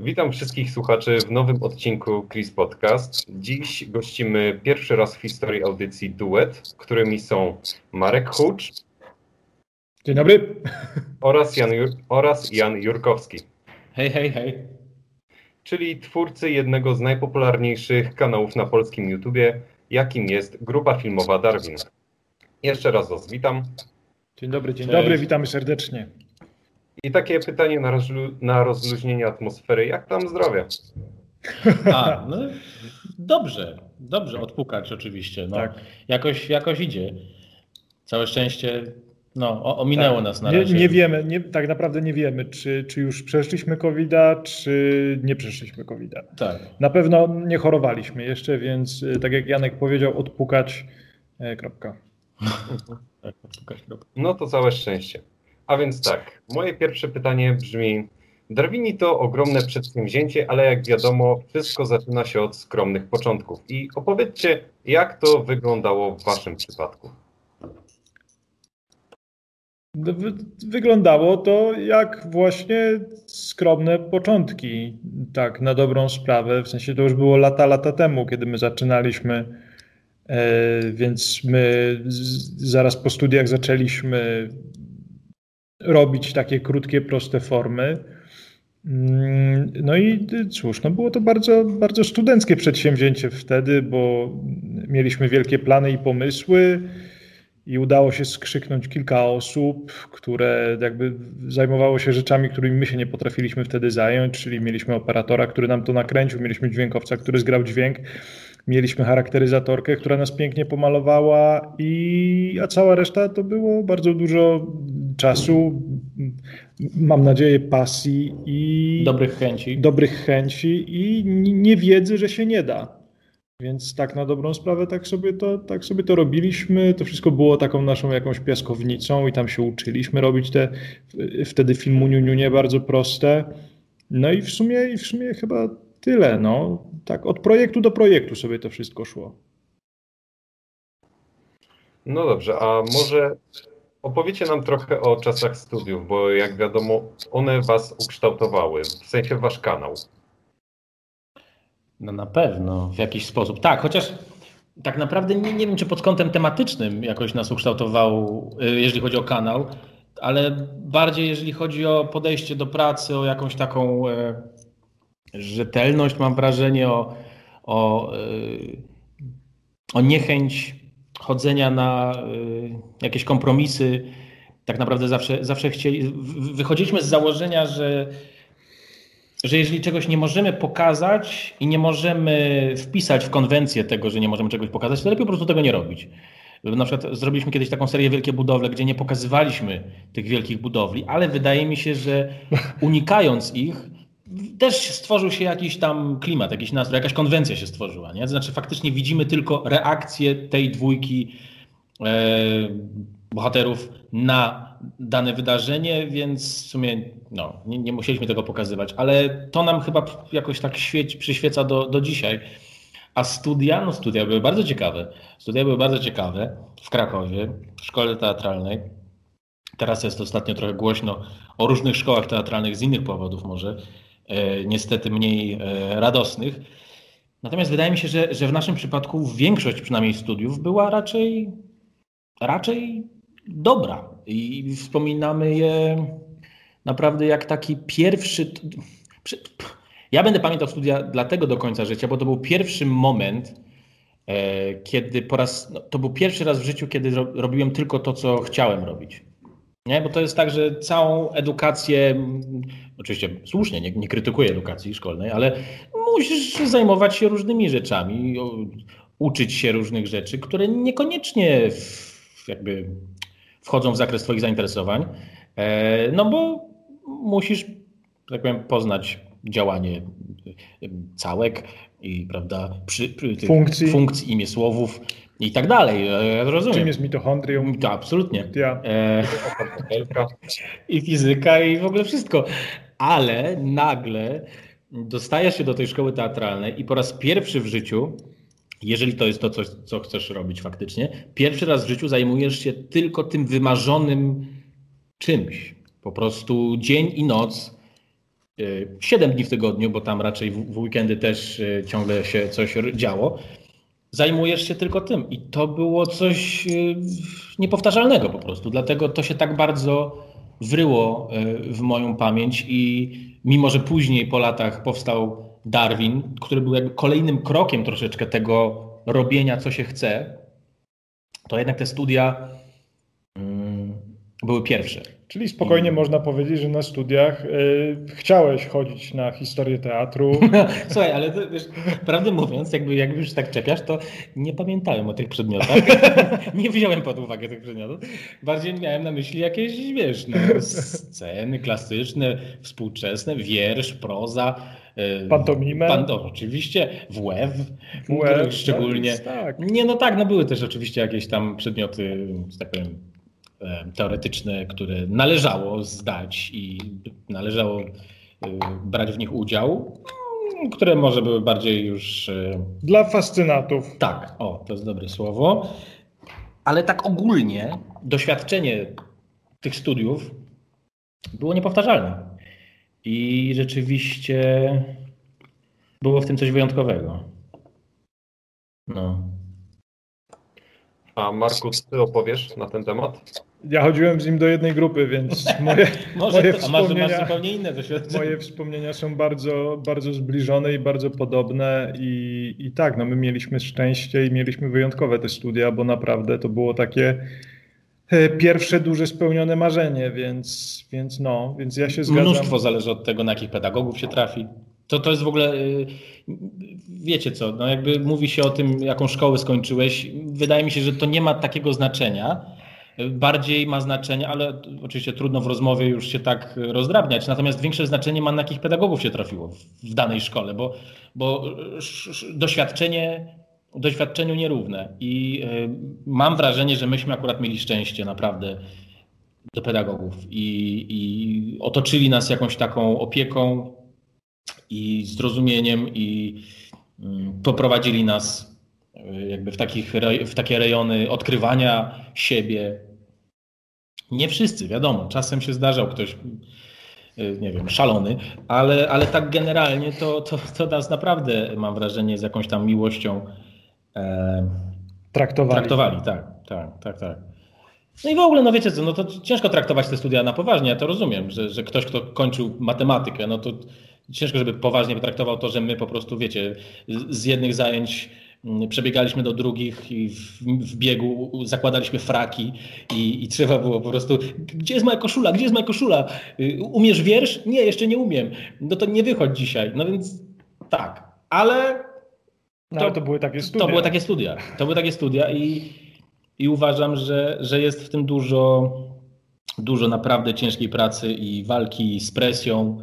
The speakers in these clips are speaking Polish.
Witam wszystkich słuchaczy w nowym odcinku Chris Podcast. Dziś gościmy pierwszy raz w historii audycji duet, którymi są Marek Hucz. Dzień dobry. Oraz Jan Jurkowski. Hej, hej, hej. Czyli twórcy jednego z najpopularniejszych kanałów na polskim YouTubie, jakim jest grupa filmowa Darwin. Jeszcze raz was witam. Dzień dobry, witamy serdecznie. I takie pytanie na rozluźnienie atmosfery. Jak tam zdrowie? Dobrze odpukać oczywiście. No, tak. Jakoś idzie. Całe szczęście ominęło nas na razie. Nie wiemy, tak naprawdę nie wiemy, czy już przeszliśmy COVID-a, czy nie przeszliśmy COVID-a. Tak. Na pewno nie chorowaliśmy jeszcze, więc tak jak Janek powiedział, odpukać, kropka. Tak, odpukać, kropka. No to całe szczęście. A więc tak, moje pierwsze pytanie brzmi: Darwini to ogromne przedsięwzięcie, ale jak wiadomo, wszystko zaczyna się od skromnych początków. I opowiedzcie, jak to wyglądało w waszym przypadku. Wyglądało to jak właśnie skromne początki, tak na dobrą sprawę. W sensie to już było lata temu, kiedy my zaczynaliśmy, więc my zaraz po studiach zaczęliśmy robić takie krótkie, proste formy. No i cóż, było to bardzo, bardzo studenckie przedsięwzięcie wtedy, bo mieliśmy wielkie plany i pomysły i udało się skrzyknąć kilka osób, które jakby zajmowało się rzeczami, którymi my się nie potrafiliśmy wtedy zająć, czyli mieliśmy operatora, który nam to nakręcił, mieliśmy dźwiękowca, który zgrał dźwięk, mieliśmy charakteryzatorkę, która nas pięknie pomalowała, a cała reszta to było bardzo dużo czasu, mam nadzieję pasji i dobrych chęci i niewiedzy, że się nie da. Więc tak na dobrą sprawę tak sobie to robiliśmy. To wszystko było taką naszą jakąś piaskownicą i tam się uczyliśmy robić te wtedy filmuniuniunie bardzo proste. No i w sumie chyba tyle. No. Tak od projektu do projektu sobie to wszystko szło. No dobrze, a może opowiecie nam trochę o czasach studiów, bo jak wiadomo, one was ukształtowały, w sensie wasz kanał. No na pewno, w jakiś sposób. Tak, chociaż tak naprawdę nie wiem, czy pod kątem tematycznym jakoś nas ukształtował, jeżeli chodzi o kanał, ale bardziej jeżeli chodzi o podejście do pracy, o jakąś taką rzetelność, mam wrażenie, o niechęć chodzenia na jakieś kompromisy. Tak naprawdę zawsze wychodziliśmy z założenia, że jeżeli czegoś nie możemy pokazać i nie możemy wpisać w konwencję tego, że nie możemy czegoś pokazać, to lepiej po prostu tego nie robić. Na przykład zrobiliśmy kiedyś taką serię Wielkie Budowle, gdzie nie pokazywaliśmy tych wielkich budowli, ale wydaje mi się, że unikając ich, też stworzył się jakiś tam klimat, jakiś nastrój, jakaś konwencja się stworzyła. Nie? To znaczy faktycznie widzimy tylko reakcję tej dwójki bohaterów na dane wydarzenie, więc w sumie nie musieliśmy tego pokazywać, ale to nam chyba jakoś tak przyświeca do dzisiaj. A studia były bardzo ciekawe. Studia były bardzo ciekawe w Krakowie, w szkole teatralnej. Teraz jest ostatnio trochę głośno o różnych szkołach teatralnych z innych powodów może, niestety mniej radosnych. Natomiast wydaje mi się, że w naszym przypadku większość przynajmniej studiów była raczej dobra i wspominamy je naprawdę jak taki pierwszy... Ja będę pamiętał studia dlatego do końca życia, bo to był pierwszy moment, kiedy to był pierwszy raz w życiu, kiedy robiłem tylko to, co chciałem robić. Nie? Bo to jest tak, że całą edukację, oczywiście słusznie, nie krytykuję edukacji szkolnej, ale musisz zajmować się różnymi rzeczami, uczyć się różnych rzeczy, które niekoniecznie jakby wchodzą w zakres twoich zainteresowań, bo musisz, tak powiem, poznać działanie całek i funkcji, imię słowów i tak dalej. Ja rozumiem. Czym jest mitochondrium? To absolutnie. I fizyka i w ogóle wszystko. Ale nagle dostajesz się do tej szkoły teatralnej i po raz pierwszy w życiu, jeżeli to jest to coś, co chcesz robić faktycznie, pierwszy raz w życiu zajmujesz się tylko tym wymarzonym czymś. Po prostu dzień i noc 7 dni w tygodniu, bo tam raczej w weekendy też ciągle się coś działo, zajmujesz się tylko tym. I to było coś niepowtarzalnego po prostu. Dlatego to się tak bardzo wryło w moją pamięć i mimo, że później po latach powstał Darwin, który był jakby kolejnym krokiem troszeczkę tego robienia, co się chce, to jednak te studia były pierwsze. Czyli spokojnie można powiedzieć, że na studiach chciałeś chodzić na historię teatru. Słuchaj, ale to, wiesz, prawdę mówiąc, jakby już tak czepiasz, to nie pamiętałem o tych przedmiotach. Nie wziąłem pod uwagę tych przedmiotów. Bardziej miałem na myśli jakieś, wiesz, sceny klasyczne, współczesne, wiersz, proza. Pantomimę. Oczywiście, WF, szczególnie. Tak. Nie, no tak, no były też oczywiście jakieś tam przedmioty, że tak powiem, teoretyczne, które należało zdać i należało brać w nich udział, które może były bardziej już... Dla fascynatów. Tak, to jest dobre słowo. Ale tak ogólnie doświadczenie tych studiów było niepowtarzalne. I rzeczywiście było w tym coś wyjątkowego. No. A Marku, co ty opowiesz na ten temat? Ja chodziłem z nim do jednej grupy, więc moje wspomnienia, masz zupełnie inne doświadczenia. Moje wspomnienia są bardzo, bardzo zbliżone i bardzo podobne i tak, no my mieliśmy szczęście i mieliśmy wyjątkowe te studia, bo naprawdę to było takie pierwsze duże spełnione marzenie, więc ja się zgadzam. Mnóstwo zależy od tego, na jakich pedagogów się trafi. To jest w ogóle, wiecie co, no jakby mówi się o tym, jaką szkołę skończyłeś. Wydaje mi się, że to nie ma takiego znaczenia. Bardziej ma znaczenie, ale oczywiście trudno w rozmowie już się tak rozdrabniać. Natomiast większe znaczenie ma, na jakich pedagogów się trafiło w danej szkole, bo doświadczeniu nierówne. I mam wrażenie, że myśmy akurat mieli szczęście naprawdę do pedagogów i otoczyli nas jakąś taką opieką i zrozumieniem i poprowadzili nas jakby w takie rejony odkrywania siebie. Nie wszyscy, wiadomo, czasem się zdarzał ktoś, nie wiem, szalony, ale tak generalnie to nas naprawdę, mam wrażenie, z jakąś tam miłością traktowali. Tak. No i w ogóle, no wiecie co, no to ciężko traktować te studia na poważnie, ja to rozumiem, że ktoś, kto kończył matematykę, no to ciężko, żeby poważnie potraktował to, że my po prostu, wiecie, z jednych zajęć przebiegaliśmy do drugich i w biegu zakładaliśmy fraki i trzeba było po prostu, gdzie jest moja koszula, gdzie jest moja koszula? Umiesz wiersz? Nie, jeszcze nie umiem. No to nie wychodź dzisiaj. No więc tak, ale to były takie studia. To były takie studia i uważam, że jest w tym dużo naprawdę ciężkiej pracy i walki z presją,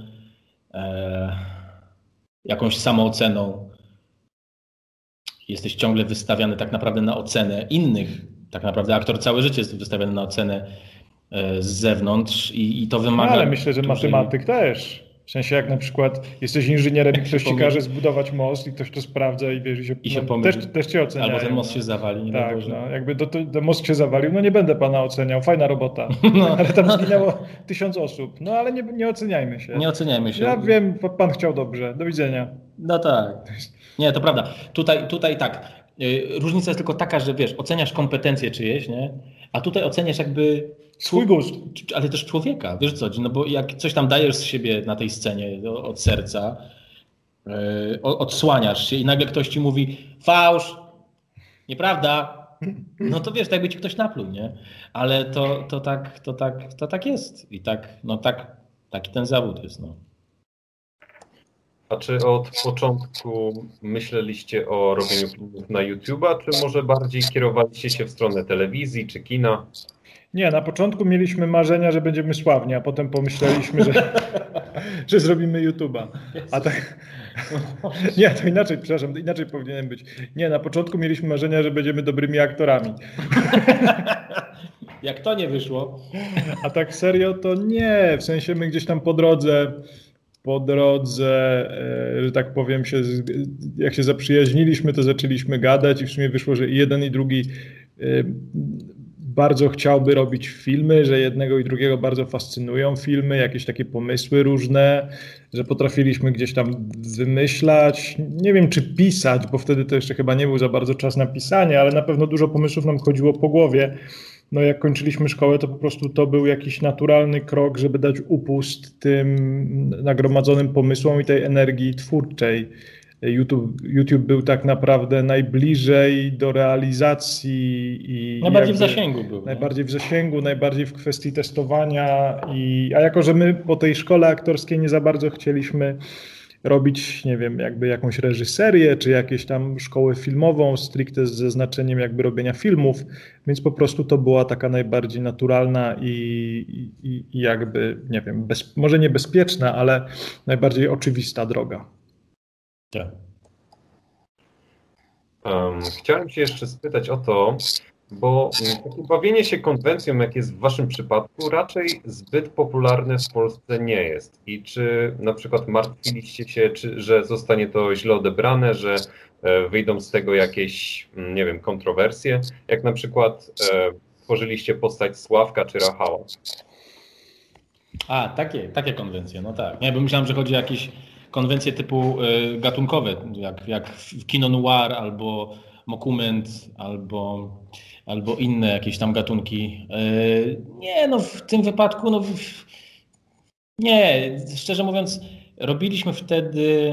jakąś samooceną. Jesteś ciągle wystawiany tak naprawdę na ocenę innych. Tak naprawdę aktor całe życie jest wystawiany na ocenę z zewnątrz i to wymaga... Ale myślę, że matematyk też. W sensie jak na przykład jesteś inżynierem i ktoś ci każe zbudować most i ktoś to sprawdza i wiesz, też cię oceniają. Albo ten most się zawali. Nie tak, jakby to most się zawalił, no nie będę pana oceniał, fajna robota, ale tam zginęło 1000 osób. No ale nie oceniajmy się. Nie oceniajmy się. Ja wiem, pan chciał dobrze. Do widzenia. No tak. Nie, to prawda. Tutaj tak. Różnica jest tylko taka, że wiesz, oceniasz kompetencje czyjeś, nie? A tutaj oceniasz jakby swój gust. Ale też człowieka, wiesz co? No bo jak coś tam dajesz z siebie na tej scenie od serca, odsłaniasz się i nagle ktoś ci mówi fałsz, nieprawda, no to wiesz, tak by ci ktoś napluł, nie? Ale to tak jest i taki ten zawód jest, no. A czy od początku myśleliście o robieniu filmów na YouTube'a, czy może bardziej kierowaliście się w stronę telewizji czy kina? Nie, na początku mieliśmy marzenia, że będziemy sławni, a potem pomyśleliśmy, że zrobimy YouTube'a. A tak... Nie, to inaczej, przepraszam, inaczej powinienem być. Nie, na początku mieliśmy marzenia, że będziemy dobrymi aktorami. Jak to nie wyszło? A tak serio to nie, w sensie my gdzieś tam po drodze, że tak powiem, jak się zaprzyjaźniliśmy, to zaczęliśmy gadać i w sumie wyszło, że i jeden i drugi bardzo chciałby robić filmy, że jednego i drugiego bardzo fascynują filmy, jakieś takie pomysły różne, że potrafiliśmy gdzieś tam wymyślać, nie wiem czy pisać, bo wtedy to jeszcze chyba nie był za bardzo czas na pisanie, ale na pewno dużo pomysłów nam chodziło po głowie. No jak kończyliśmy szkołę, to po prostu to był jakiś naturalny krok, żeby dać upust tym nagromadzonym pomysłom i tej energii twórczej. YouTube był tak naprawdę najbliżej do realizacji i najbardziej w zasięgu był. Najbardziej w zasięgu, najbardziej w kwestii testowania. A jako, że my po tej szkole aktorskiej nie za bardzo chcieliśmy robić, nie wiem, jakby jakąś reżyserię, czy jakieś tam szkołę filmową, stricte z zaznaczeniem jakby robienia filmów, więc po prostu to była taka najbardziej naturalna i jakby, nie wiem, może nie bezpieczna, ale najbardziej oczywista droga. Tak. Chciałem się jeszcze spytać o to, bo takie bawienie się konwencją, jak jest w waszym przypadku, raczej zbyt popularne w Polsce nie jest. I czy na przykład martwiliście się, że zostanie to źle odebrane, że wyjdą z tego jakieś, nie wiem, kontrowersje, jak na przykład tworzyliście postać Sławka czy Rafała? Takie konwencje, no tak. Nie, bo myślałem, że chodzi o jakieś konwencje typu gatunkowe, jak kino noir, albo dokument, albo inne jakieś tam gatunki. Nie, no w tym wypadku, no nie, szczerze mówiąc, robiliśmy wtedy,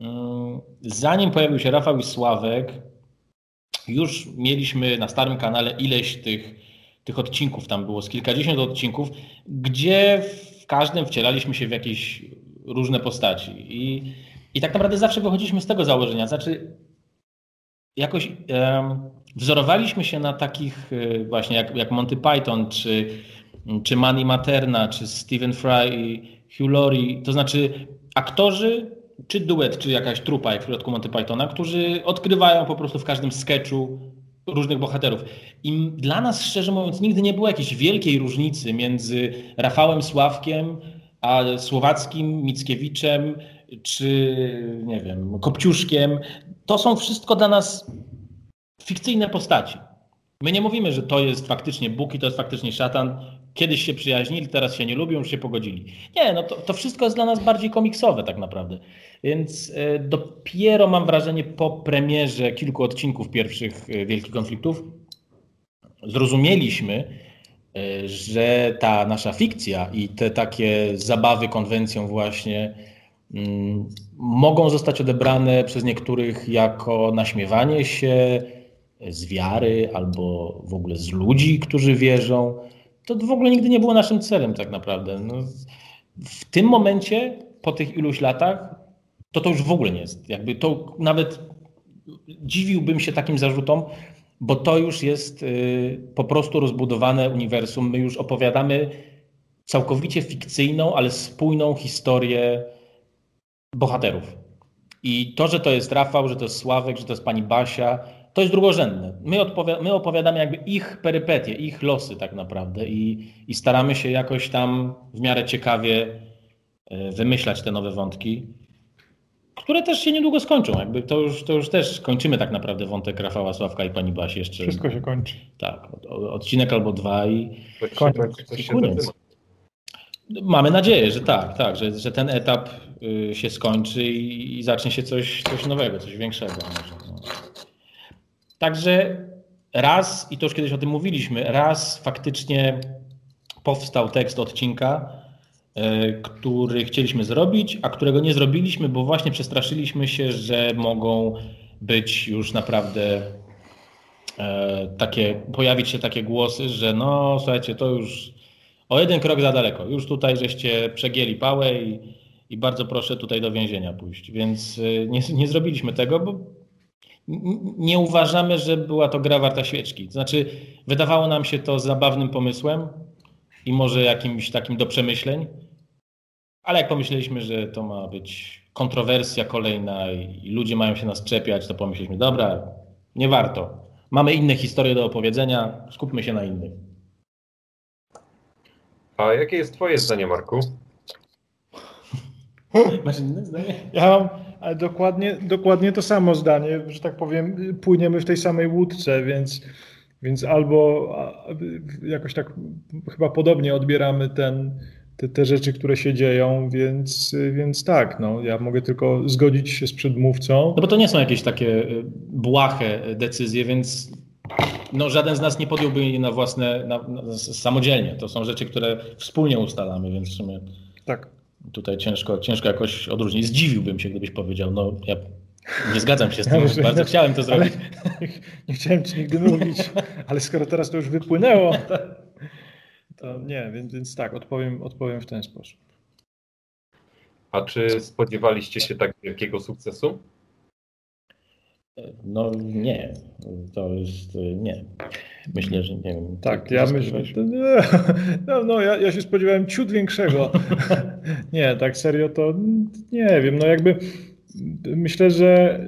zanim pojawił się Rafał i Sławek, już mieliśmy na starym kanale ileś tych odcinków, tam było z kilkadziesiąt odcinków, gdzie w każdym wcielaliśmy się w jakieś różne postaci. I tak naprawdę zawsze wychodziliśmy z tego założenia. Znaczy, jakoś wzorowaliśmy się na takich właśnie jak Monty Python, czy Manny Materna, czy Stephen Fry i Hugh Laurie. To znaczy aktorzy, czy duet, czy jakaś trupa, jak w przypadku Monty Pythona, którzy odkrywają po prostu w każdym sketchu różnych bohaterów. I dla nas, szczerze mówiąc, nigdy nie było jakiejś wielkiej różnicy między Rafałem Sławkiem a Słowackim, Mickiewiczem, czy nie wiem, Kopciuszkiem. To są wszystko dla nas fikcyjne postaci. My nie mówimy, że to jest faktycznie Bóg i to jest faktycznie szatan. Kiedyś się przyjaźnili, teraz się nie lubią, już się pogodzili. Nie, no to wszystko jest dla nas bardziej komiksowe tak naprawdę. Więc dopiero mam wrażenie po premierze kilku odcinków pierwszych Wielkich Konfliktów zrozumieliśmy, że ta nasza fikcja i te takie zabawy konwencją właśnie mogą zostać odebrane przez niektórych jako naśmiewanie się z wiary albo w ogóle z ludzi, którzy wierzą. To w ogóle nigdy nie było naszym celem tak naprawdę. No, w tym momencie, po tych iluś latach, to już w ogóle nie jest. Jakby to nawet dziwiłbym się takim zarzutom, bo to już jest po prostu rozbudowane uniwersum. My już opowiadamy całkowicie fikcyjną, ale spójną historię bohaterów. I to, że to jest Rafał, że to jest Sławek, że to jest pani Basia, to jest drugorzędne. My opowiadamy jakby ich perypetie, ich losy tak naprawdę i staramy się jakoś tam w miarę ciekawie wymyślać te nowe wątki, które też się niedługo skończą. Jakby to już też kończymy tak naprawdę wątek Rafała, Sławka i pani Basi jeszcze. Wszystko się kończy. Tak, odcinek albo dwa i Coś koniec. Mamy nadzieję, że tak, że ten etap się skończy i zacznie się coś nowego, coś większego. Może, no. Także raz, i to już kiedyś o tym mówiliśmy, raz faktycznie powstał tekst odcinka, który chcieliśmy zrobić, a którego nie zrobiliśmy, bo właśnie przestraszyliśmy się, że mogą być już naprawdę pojawić się takie głosy, że no słuchajcie, to już o jeden krok za daleko. Już tutaj żeście przegięli pałę i bardzo proszę tutaj do więzienia pójść. Więc nie zrobiliśmy tego, bo nie uważamy, że była to gra warta świeczki. To znaczy wydawało nam się to zabawnym pomysłem i może jakimś takim do przemyśleń, ale jak pomyśleliśmy, że to ma być kontrowersja kolejna i ludzie mają się nas czepiać, to pomyśleliśmy, dobra, nie warto. Mamy inne historie do opowiedzenia, skupmy się na innych. A jakie jest twoje zdanie, Marku? Masz inne zdanie? Ja mam dokładnie to samo zdanie, że tak powiem, płyniemy w tej samej łódce, więc Więc albo jakoś tak chyba podobnie odbieramy te rzeczy, które się dzieją, więc tak, no, ja mogę tylko zgodzić się z przedmówcą. No bo to nie są jakieś takie błahe decyzje, więc no, żaden z nas nie podjąłby jej na własne, samodzielnie. To są rzeczy, które wspólnie ustalamy, więc w sumie tak. Tutaj ciężko jakoś odróżnić. Zdziwiłbym się, gdybyś powiedział, no ja nie zgadzam się z tym, bardzo chciałem to zrobić. Nie chciałem ci nigdy mówić, ale skoro teraz to już wypłynęło, to nie, więc tak, odpowiem w ten sposób. A czy spodziewaliście się tak wielkiego sukcesu? No nie, to jest nie. Myślę, że nie wiem. Tak, ja myślę, ja się spodziewałem ciut większego. Nie, tak serio to nie wiem, no jakby myślę, że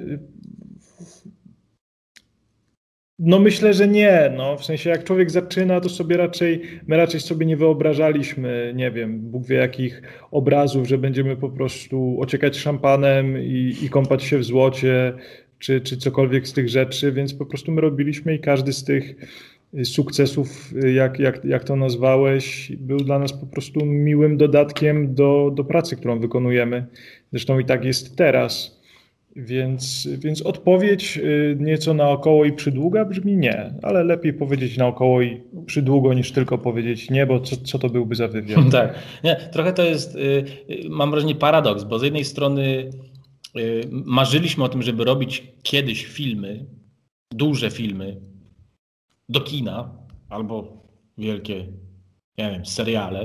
nie, no w sensie jak człowiek zaczyna, to my raczej sobie nie wyobrażaliśmy, nie wiem, Bóg wie jakich obrazów, że będziemy po prostu ociekać szampanem i kąpać się w złocie, czy cokolwiek z tych rzeczy, więc po prostu my robiliśmy i każdy z tych sukcesów, jak to nazwałeś, był dla nas po prostu miłym dodatkiem do pracy, którą wykonujemy. Zresztą i tak jest teraz. Więc odpowiedź nieco naokoło i przydługa brzmi nie, ale lepiej powiedzieć naokoło i przydługo niż tylko powiedzieć nie, bo co to byłby za wywiad? Tak, nie, trochę to jest, mam wrażenie, paradoks, bo z jednej strony marzyliśmy o tym, żeby robić kiedyś filmy, duże filmy do kina albo wielkie, nie wiem, seriale.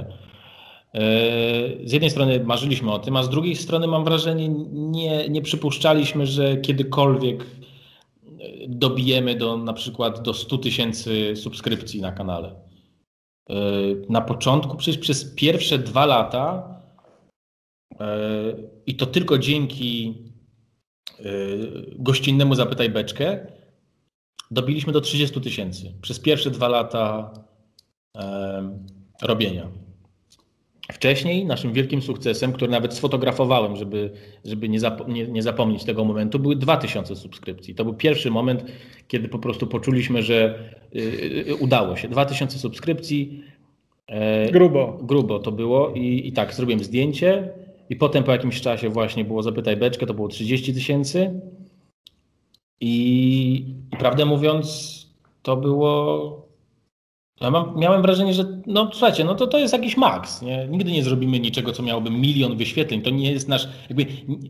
Z jednej strony marzyliśmy o tym, a z drugiej strony mam wrażenie, nie przypuszczaliśmy, że kiedykolwiek dobijemy na przykład do 100 000 subskrypcji na kanale. Na początku, przecież przez pierwsze 2 lata i to tylko dzięki gościnnemu Zapytaj Beczkę dobiliśmy do 30 000 przez pierwsze 2 lata robienia. Wcześniej naszym wielkim sukcesem, który nawet sfotografowałem, żeby nie zapomnieć tego momentu, były 2000 subskrypcji. To był pierwszy moment, kiedy po prostu poczuliśmy, że udało się. 2000 subskrypcji. Grubo to było i tak, zrobiłem zdjęcie i potem po jakimś czasie właśnie było Zapytaj Beczkę, to było 30 000 i prawdę mówiąc to było... Miałem wrażenie, że no słuchajcie, no to jest jakiś maks. Nie? Nigdy nie zrobimy niczego, co miałoby 1 000 000 wyświetleń. To nie jest nasz... jakby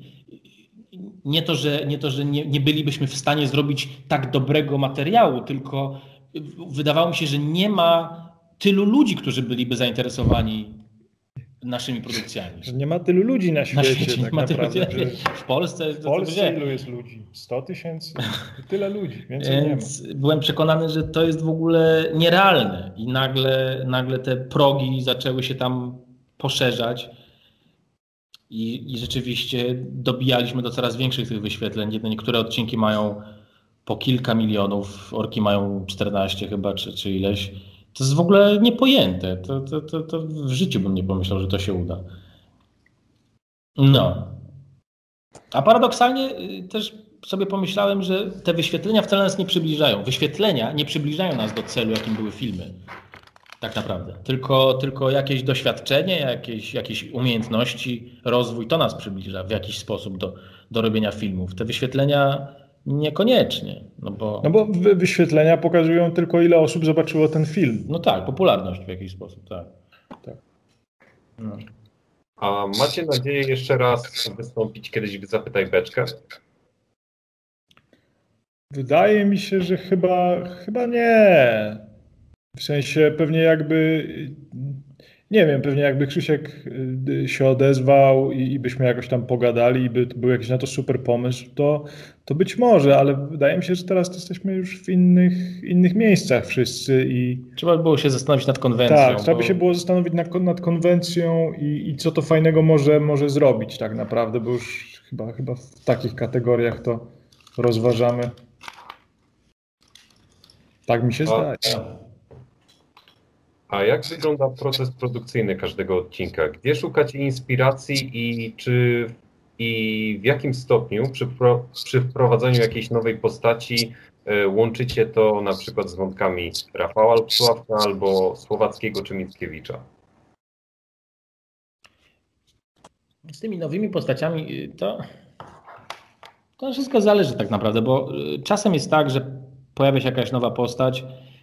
nie to, że nie bylibyśmy w stanie zrobić tak dobrego materiału, tylko wydawało mi się, że nie ma tylu ludzi, którzy byliby zainteresowani naszymi produkcjami. Że nie ma tylu ludzi na świecie tak naprawdę. W Polsce ilu jest ludzi? 100 000? Tyle ludzi, więcej nie ma. Byłem przekonany, że to jest w ogóle nierealne i nagle te progi zaczęły się tam poszerzać i rzeczywiście dobijaliśmy do coraz większych tych wyświetleń. Niektóre odcinki mają po kilka milionów, orki mają 14 chyba, czy ileś. To jest w ogóle niepojęte. To w życiu bym nie pomyślał, że to się uda. No. A paradoksalnie też sobie pomyślałem, że te wyświetlenia wcale nas nie przybliżają. Wyświetlenia nie przybliżają nas do celu, jakim były filmy. Tak naprawdę. Tylko jakieś doświadczenie, jakieś umiejętności, rozwój, to nas przybliża w jakiś sposób do robienia filmów. Te wyświetlenia niekoniecznie. No bo wyświetlenia pokazują tylko, ile osób zobaczyło ten film. No tak, popularność w jakiś sposób, tak. No. A macie nadzieję jeszcze raz wystąpić kiedyś w Zapytaj Beczkę? Wydaje mi się, że chyba nie. W sensie pewnie nie wiem, pewnie jakby Krzysiek się odezwał i byśmy jakoś tam pogadali i był jakiś na to super pomysł, to być może, ale wydaje mi się, że teraz jesteśmy już w innych miejscach wszyscy i... Trzeba by było się zastanowić nad konwencją. Tak, trzeba by się było zastanowić nad konwencją i co to fajnego może zrobić tak naprawdę, bo już chyba w takich kategoriach to rozważamy. Tak mi się zdaje. A jak wygląda proces produkcyjny każdego odcinka? Gdzie szukacie inspiracji i czy i w jakim stopniu przy wprowadzaniu jakiejś nowej postaci łączycie to na przykład z wątkami Rafała Sławka albo Słowackiego czy Mickiewicza? Z tymi nowymi postaciami to wszystko zależy tak naprawdę, bo czasem jest tak, że pojawia się jakaś nowa postać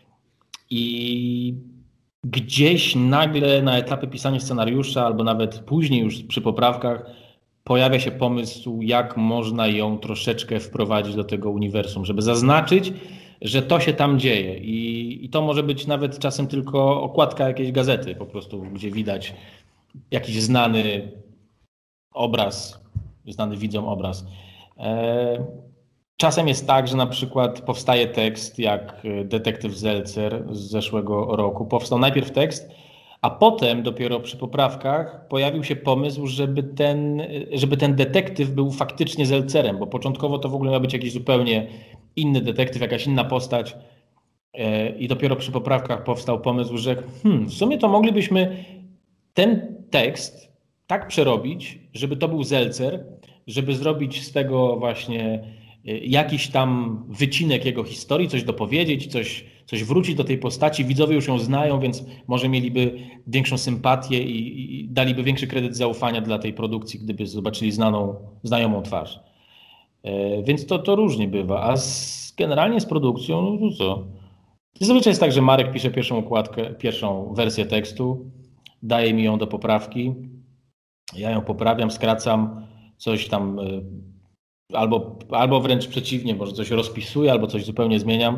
i gdzieś nagle na etapie pisania scenariusza albo nawet później już przy poprawkach pojawia się pomysł, jak można ją troszeczkę wprowadzić do tego uniwersum, żeby zaznaczyć, że to się tam dzieje. I to może być nawet czasem tylko okładka jakiejś gazety po prostu, gdzie widać jakiś znany obraz, znany widzom obraz. Czasem jest tak, że na przykład powstaje tekst jak Detektyw Zelcer z zeszłego roku. Powstał najpierw tekst, a potem dopiero przy poprawkach pojawił się pomysł, żeby ten detektyw był faktycznie Zelcerem, bo początkowo to w ogóle miał być jakiś zupełnie inny detektyw, jakaś inna postać i dopiero przy poprawkach powstał pomysł, że w sumie to moglibyśmy ten tekst tak przerobić, żeby to był Zelcer, żeby zrobić z tego właśnie jakiś tam wycinek jego historii, coś dopowiedzieć, coś wrócić do tej postaci. Widzowie już ją znają, więc może mieliby większą sympatię i daliby większy kredyt zaufania dla tej produkcji, gdyby zobaczyli znajomą twarz. Więc to różnie bywa. A generalnie z produkcją, no to co? Zazwyczaj jest tak, że Marek pisze pierwszą okładkę, pierwszą wersję tekstu, daje mi ją do poprawki, ja ją poprawiam, skracam, coś tam albo wręcz przeciwnie, może coś rozpisuję, albo coś zupełnie zmieniam.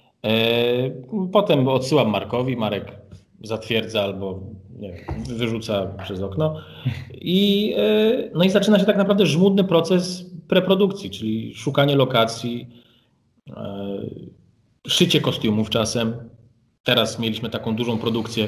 Potem odsyłam Markowi, Marek zatwierdza albo nie wiem, wyrzuca przez okno. No i zaczyna się tak naprawdę żmudny proces preprodukcji, czyli szukanie lokacji, szycie kostiumów czasem. Teraz mieliśmy taką dużą produkcję,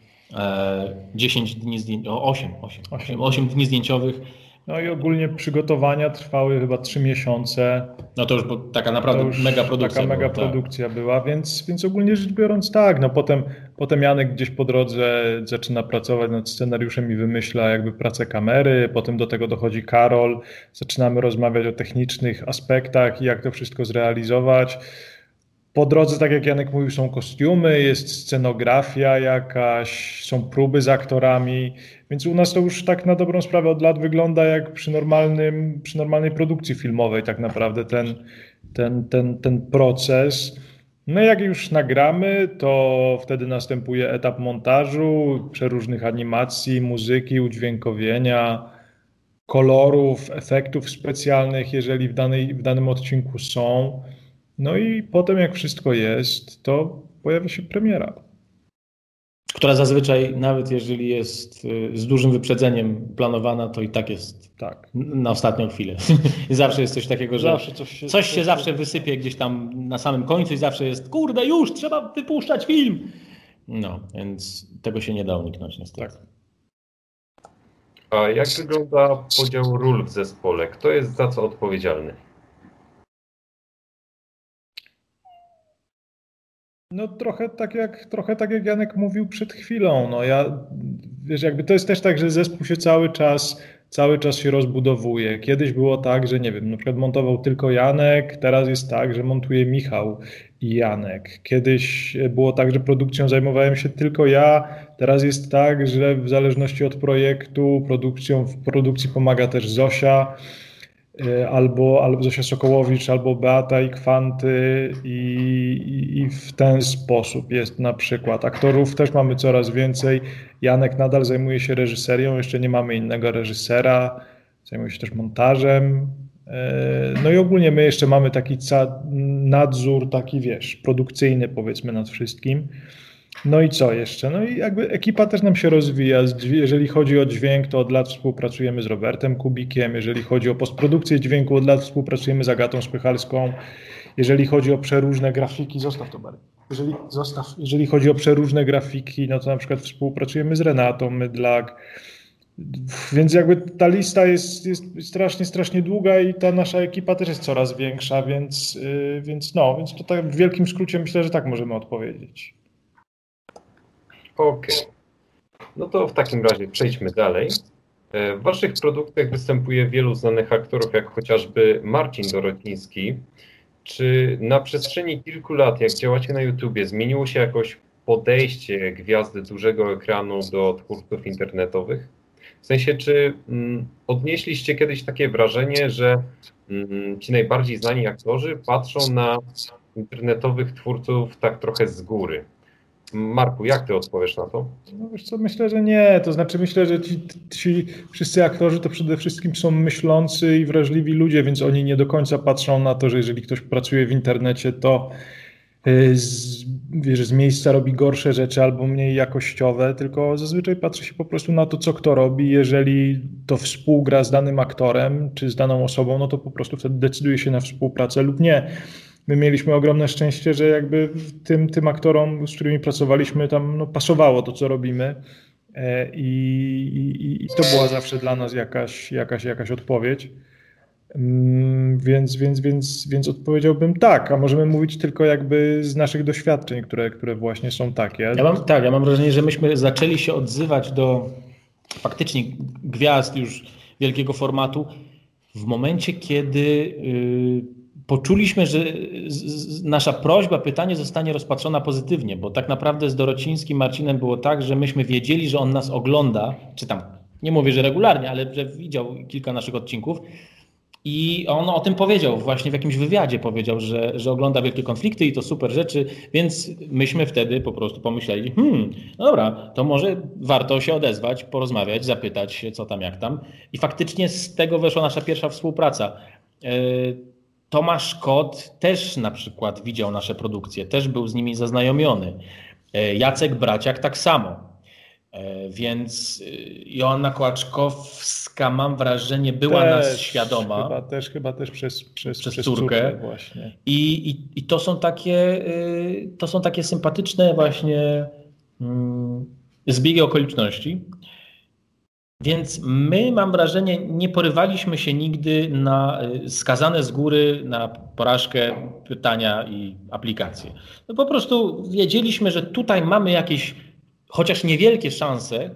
10 dni 8 dni zdjęciowych. No i ogólnie przygotowania trwały chyba 3 miesiące. No to już taka naprawdę mega produkcja taka mega produkcja była, więc ogólnie rzecz biorąc tak. No potem Janek gdzieś po drodze zaczyna pracować nad scenariuszem i wymyśla jakby pracę kamery, potem do tego dochodzi Karol, zaczynamy rozmawiać o technicznych aspektach i jak to wszystko zrealizować. Po drodze, tak jak Janek mówił, są kostiumy, jest scenografia jakaś, są próby z aktorami, więc u nas to już tak na dobrą sprawę od lat wygląda jak przy normalnej produkcji filmowej tak naprawdę ten proces. No jak już nagramy, to wtedy następuje etap montażu, przeróżnych animacji, muzyki, udźwiękowienia, kolorów, efektów specjalnych, jeżeli w danym odcinku są. No i potem jak wszystko jest, to pojawia się premiera. Która zazwyczaj, nawet jeżeli jest z dużym wyprzedzeniem planowana, to i tak jest na ostatnią chwilę. Zawsze jest coś takiego, że coś się zawsze wysypie gdzieś tam na samym końcu i zawsze jest, kurde, już trzeba wypuszczać film. No, więc tego się nie da uniknąć niestety. Tak. A jak wygląda podział ról w zespole? Kto jest za co odpowiedzialny? No trochę tak jak Janek mówił przed chwilą. No wiesz, jakby to jest też tak, że zespół się cały czas się rozbudowuje. Kiedyś było tak, że nie wiem, na przykład montował tylko Janek, teraz jest tak, że montuje Michał i Janek. Kiedyś było tak, że produkcją zajmowałem się tylko ja, teraz jest tak, że w zależności od projektu, w produkcji pomaga też Zosia. Albo Zosia Sokołowicz, albo Beata i Kwanty i w ten sposób jest na przykład. Aktorów też mamy coraz więcej. Janek nadal zajmuje się reżyserią, jeszcze nie mamy innego reżysera, zajmuje się też montażem. No i ogólnie my jeszcze mamy taki nadzór, taki wiesz, produkcyjny powiedzmy nad wszystkim. No i co jeszcze? No i jakby ekipa też nam się rozwija. Jeżeli chodzi o dźwięk, to od lat współpracujemy z Robertem Kubikiem. Jeżeli chodzi o postprodukcję dźwięku, od lat współpracujemy z Agatą Spychalską. Jeżeli chodzi o przeróżne grafiki, zostaw to Barry. Jeżeli chodzi o przeróżne grafiki, no to na przykład współpracujemy z Renatą Mydlak. Więc jakby ta lista jest strasznie długa i ta nasza ekipa też jest coraz większa, więc to tak w wielkim skrócie myślę, że tak możemy odpowiedzieć. Okej. No to w takim razie przejdźmy dalej. W waszych produktach występuje wielu znanych aktorów, jak chociażby Marcin Dorociński. Czy na przestrzeni kilku lat, jak działacie na YouTubie, zmieniło się jakoś podejście gwiazdy dużego ekranu do twórców internetowych? W sensie, czy odnieśliście kiedyś takie wrażenie, że ci najbardziej znani aktorzy patrzą na internetowych twórców tak trochę z góry? Marku, jak ty odpowiesz na to? No wiesz co, myślę, że nie. To znaczy myślę, że ci wszyscy aktorzy to przede wszystkim są myślący i wrażliwi ludzie, więc oni nie do końca patrzą na to, że jeżeli ktoś pracuje w internecie, to z miejsca robi gorsze rzeczy albo mniej jakościowe, tylko zazwyczaj patrzy się po prostu na to, co kto robi. Jeżeli to współgra z danym aktorem czy z daną osobą, no to po prostu wtedy decyduje się na współpracę lub nie. My mieliśmy ogromne szczęście, że jakby tym aktorom, z którymi pracowaliśmy, tam pasowało to, co robimy. I to była zawsze dla nas jakaś odpowiedź. Więc odpowiedziałbym tak, a możemy mówić tylko jakby z naszych doświadczeń, które właśnie są takie. Ja mam wrażenie, że myśmy zaczęli się odzywać do faktycznie gwiazd już wielkiego formatu w momencie, kiedy poczuliśmy, że nasza prośba, pytanie zostanie rozpatrzona pozytywnie, bo tak naprawdę z Dorocińskim Marcinem było tak, że myśmy wiedzieli, że on nas ogląda, czy tam, nie mówię, że regularnie, ale że widział kilka naszych odcinków i on o tym powiedział, właśnie w jakimś wywiadzie powiedział, że ogląda Wielkie Konflikty i to super rzeczy, więc myśmy wtedy po prostu pomyśleli, no dobra, to może warto się odezwać, porozmawiać, zapytać się co tam, jak tam i faktycznie z tego weszła nasza pierwsza współpraca. Tomasz Kot też na przykład widział nasze produkcje, też był z nimi zaznajomiony. Jacek Braciak tak samo. Więc Joanna Kołaczkowska, mam wrażenie, była nas świadoma. Chyba też przez córkę właśnie. I to są takie sympatyczne właśnie zbiegi okoliczności. Więc my, mam wrażenie, nie porywaliśmy się nigdy na skazane z góry na porażkę pytania i aplikacje. No po prostu wiedzieliśmy, że tutaj mamy jakieś chociaż niewielkie szanse,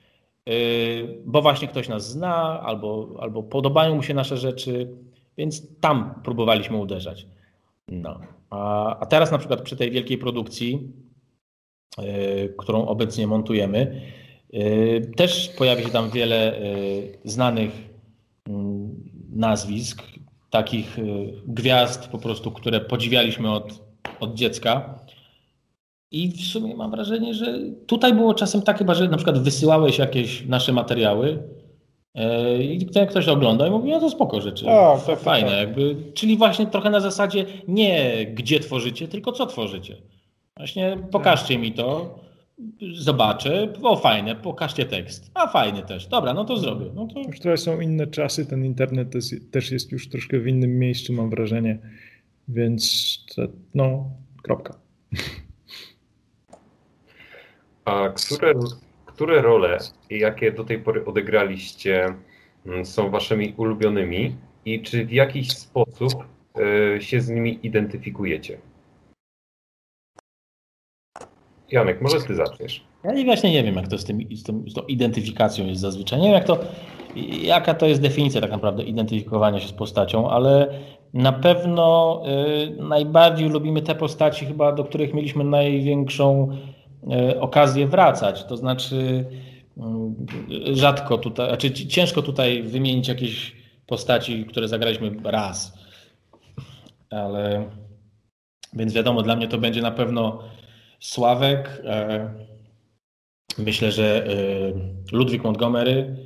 bo właśnie ktoś nas zna albo podobają mu się nasze rzeczy, więc tam próbowaliśmy uderzać. No. A teraz na przykład przy tej wielkiej produkcji, którą obecnie montujemy, też pojawi się tam wiele znanych nazwisk, takich gwiazd po prostu, które podziwialiśmy od dziecka. I w sumie mam wrażenie, że tutaj było czasem tak chyba, że na przykład wysyłałeś jakieś nasze materiały i ktoś ogląda i mówi, no to spoko rzeczy, tak, fajne. tak. Jakby, czyli właśnie trochę na zasadzie nie gdzie tworzycie, tylko co tworzycie. Właśnie pokażcie mi to, zobaczę, o fajne, pokażcie tekst, a fajny też, dobra, no to zrobię. No to... Już trochę są inne czasy, ten internet też jest już troszkę w innym miejscu, mam wrażenie, więc kropka. A które role, jakie do tej pory odegraliście, są waszymi ulubionymi i czy w jakiś sposób się z nimi identyfikujecie? Janek, może ty zaczniesz. Ja właśnie nie wiem, jak to z tą identyfikacją jest zazwyczaj. Nie wiem, jaka to jest definicja tak naprawdę identyfikowania się z postacią, ale na pewno najbardziej lubimy te postaci chyba, do których mieliśmy największą okazję wracać. To znaczy rzadko tutaj, znaczy ciężko tutaj wymienić jakieś postaci, które zagraliśmy raz. Ale więc wiadomo, dla mnie to będzie na pewno Sławek, myślę, że Ludwik Montgomery,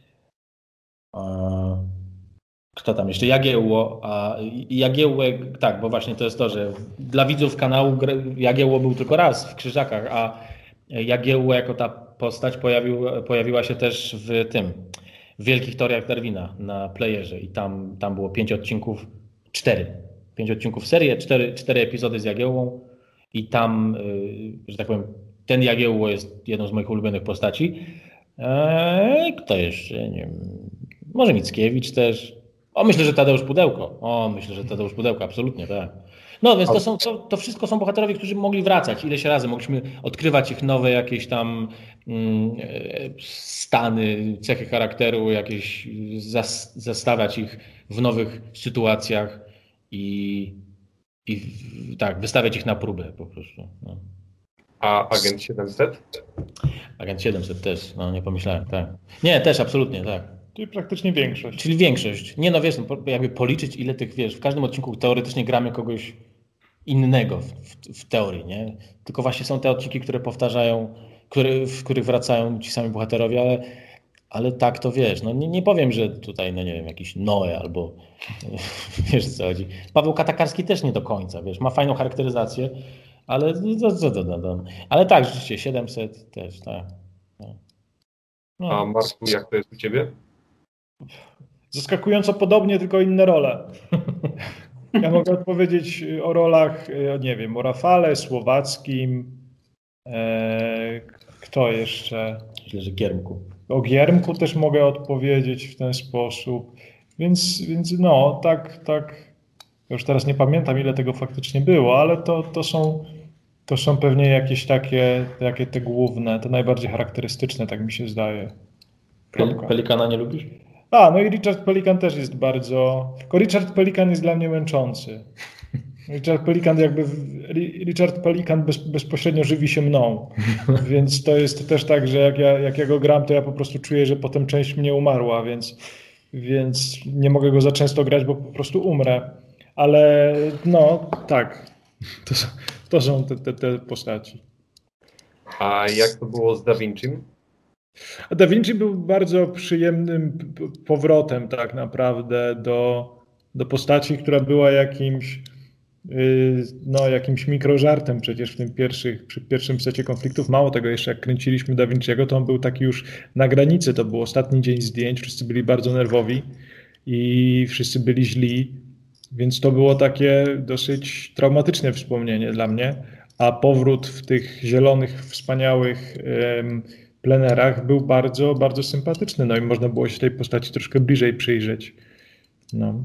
kto tam jeszcze? Jagiełło. Jagiełłek, tak, bo właśnie to jest to, że dla widzów kanału Jagiełło był tylko raz w Krzyżakach, a Jagiełło jako ta postać pojawiła się też w Wielkich Teoriach Darwina na playerze i tam było 5 odcinków, 5 odcinków serii, 4 epizody z Jagiełłą i tam, że tak powiem, ten Jagiełło jest jedną z moich ulubionych postaci. Kto jeszcze? Nie wiem. Może Mickiewicz też. Myślę, że Tadeusz Pudełko, absolutnie, tak. No więc to wszystko są bohaterowie, którzy mogli wracać ileś razy. Mogliśmy odkrywać ich nowe jakieś tam stany, cechy charakteru, jakieś zastawiać ich w nowych sytuacjach i tak, wystawiać ich na próbę po prostu. No. A Agent 700? Agent 700 też, no nie pomyślałem, tak. Nie, też absolutnie, tak. Czyli praktycznie większość. Czyli większość. Nie no wiesz, jakby policzyć ile tych, wiesz, w każdym odcinku teoretycznie gramy kogoś innego w teorii, nie? Tylko właśnie są te odcinki, które powtarzają, w których wracają ci sami bohaterowie, ale tak to wiesz, no nie powiem, że tutaj, no nie wiem, jakiś Noe albo wiesz co chodzi. Paweł Katakarski też nie do końca, wiesz, ma fajną charakteryzację, ale ale tak, rzeczywiście 700 też, tak. No. A Marku, jak to jest u ciebie? Zaskakująco podobnie, tylko inne role. Ja mogę odpowiedzieć o rolach, nie wiem, o Rafale, Słowackim, kto jeszcze? Myślę, że Giermku. O Giermku też mogę odpowiedzieć w ten sposób. Więc no, tak. Już teraz nie pamiętam, ile tego faktycznie było, ale to są pewnie jakieś takie te główne, te najbardziej charakterystyczne, tak mi się zdaje. Pelikana nie lubisz? No i Richard Pelikan też jest bardzo... Tylko Richard Pelikan jest dla mnie męczący. Richard Pelikan bezpośrednio żywi się mną. Więc to jest też tak, że jak ja go gram, to ja po prostu czuję, że potem część mnie umarła, więc nie mogę go za często grać, bo po prostu umrę. Ale no tak, to są te postaci. A jak to było z Da Vinci'm? Da Vinci był bardzo przyjemnym powrotem tak naprawdę do postaci, która była jakimś mikrożartem przecież przy pierwszym secie konfliktów. Mało tego, jeszcze jak kręciliśmy Da Vinci'ego, to on był taki już na granicy. To był ostatni dzień zdjęć, wszyscy byli bardzo nerwowi i wszyscy byli źli, więc to było takie dosyć traumatyczne wspomnienie dla mnie, a powrót w tych zielonych, wspaniałych plenerach był bardzo, bardzo sympatyczny. No i można było się tej postaci troszkę bliżej przyjrzeć. No.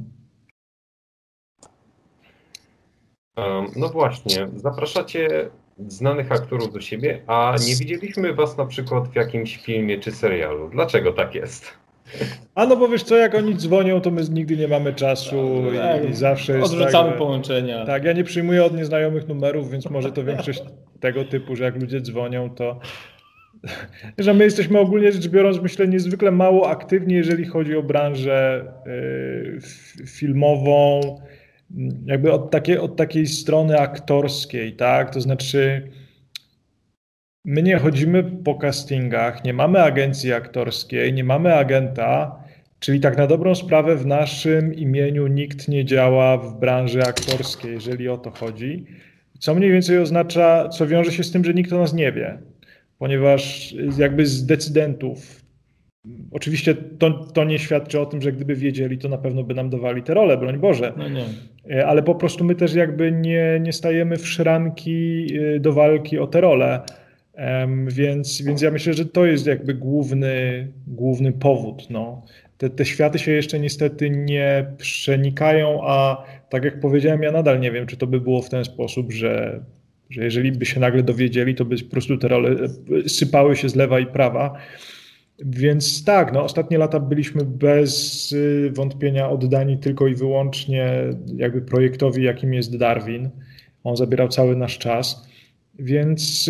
No właśnie, zapraszacie znanych aktorów do siebie, a nie widzieliśmy was na przykład w jakimś filmie czy serialu. Dlaczego tak jest? No bo wiesz co, jak oni dzwonią, to my nigdy nie mamy czasu i zawsze jest odrzucamy tak, połączenia. Tak, ja nie przyjmuję od nieznajomych numerów, więc może to większość tego typu, że jak ludzie dzwonią, to że my jesteśmy ogólnie rzecz biorąc, myślę, niezwykle mało aktywni, jeżeli chodzi o branżę filmową, jakby od takiej strony aktorskiej, tak? To znaczy my nie chodzimy po castingach, nie mamy agencji aktorskiej, nie mamy agenta, czyli tak na dobrą sprawę w naszym imieniu nikt nie działa w branży aktorskiej, jeżeli o to chodzi. Co mniej więcej oznacza, co wiąże się z tym, że nikt o nas nie wie. Ponieważ jakby z decydentów, oczywiście to nie świadczy o tym, że gdyby wiedzieli, to na pewno by nam dawali te role, broń Boże. No nie. Ale po prostu my też jakby nie stajemy w szranki do walki o te role. Więc ja myślę, że to jest jakby główny powód. No. Te światy się jeszcze niestety nie przenikają, a tak jak powiedziałem, ja nadal nie wiem, czy to by było w ten sposób, że jeżeli by się nagle dowiedzieli, to by po prostu te role sypały się z lewa i prawa. Więc tak, no, ostatnie lata byliśmy bez wątpienia oddani tylko i wyłącznie jakby projektowi, jakim jest Darwin. On zabierał cały nasz czas. Więc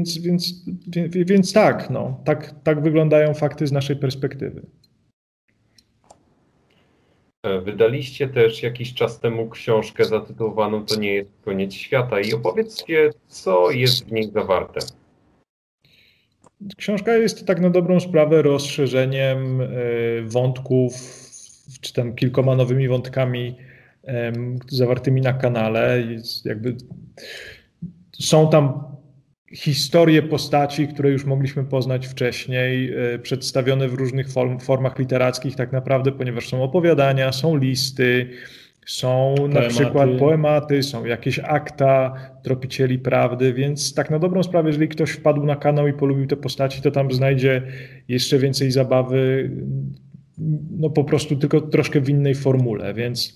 tak, no, tak wyglądają fakty z naszej perspektywy. Wydaliście też jakiś czas temu książkę zatytułowaną To nie jest koniec świata i opowiedzcie, co jest w niej zawarte. Książka jest tak na dobrą sprawę rozszerzeniem wątków, czy tam kilkoma nowymi wątkami zawartymi na kanale. Są tam historie postaci, które już mogliśmy poznać wcześniej, przedstawione w różnych formach literackich tak naprawdę, ponieważ są opowiadania, są listy, są na przykład poematy, są jakieś akta tropicieli prawdy, więc tak na dobrą sprawę, jeżeli ktoś wpadł na kanał i polubił te postaci, to tam znajdzie jeszcze więcej zabawy, no po prostu tylko troszkę w innej formule,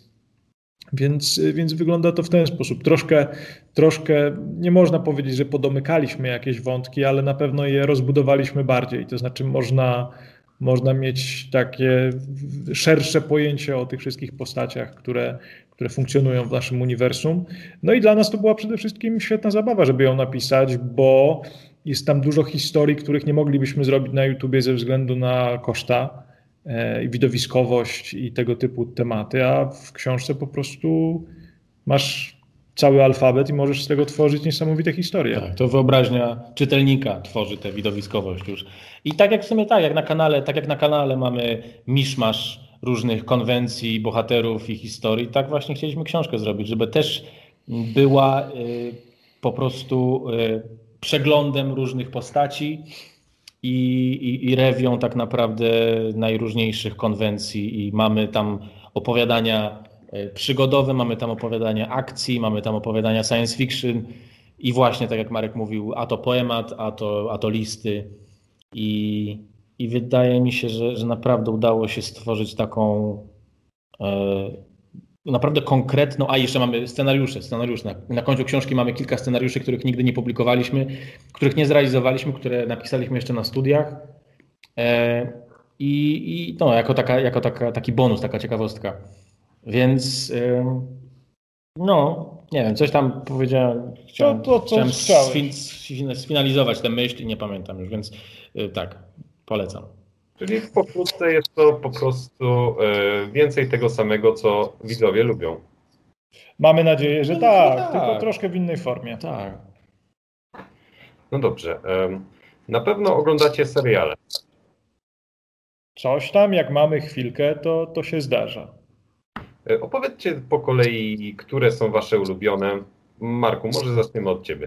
więc wygląda to w ten sposób. Troszkę nie można powiedzieć, że podomykaliśmy jakieś wątki, ale na pewno je rozbudowaliśmy bardziej. To znaczy można mieć takie szersze pojęcie o tych wszystkich postaciach, które funkcjonują w naszym uniwersum. No i dla nas to była przede wszystkim świetna zabawa, żeby ją napisać, bo jest tam dużo historii, których nie moglibyśmy zrobić na YouTubie ze względu na koszta i widowiskowość i tego typu tematy, a w książce po prostu masz cały alfabet i możesz z tego tworzyć niesamowite historie. Tak, to wyobraźnia czytelnika tworzy tę widowiskowość już. I tak jak w sumie jak na kanale mamy miszmasz różnych konwencji, bohaterów i historii, tak właśnie chcieliśmy książkę zrobić, żeby też była po prostu przeglądem różnych postaci i rewią tak naprawdę najróżniejszych konwencji i mamy tam opowiadania przygodowe, mamy tam opowiadania akcji, mamy tam opowiadania science fiction i właśnie tak jak Marek mówił, a to poemat, a to listy i wydaje mi się, że naprawdę udało się stworzyć taką naprawdę konkretną, a jeszcze mamy scenariusze. Na końcu książki mamy kilka scenariuszy, których nigdy nie publikowaliśmy, których nie zrealizowaliśmy, które napisaliśmy jeszcze na studiach i no, jako taki bonus, taka ciekawostka. Więc no, nie wiem, coś tam powiedziałem, chciałem sfinalizować tę myśl i nie pamiętam już, więc tak, polecam. Czyli pokrótce jest to po prostu więcej tego samego, co widzowie lubią. Mamy nadzieję, że tak, tylko troszkę w innej formie. Tak. No dobrze. Na pewno oglądacie seriale. Coś tam, jak mamy chwilkę, to się zdarza. Opowiedzcie po kolei, które są wasze ulubione. Marku, może zaczniemy od ciebie.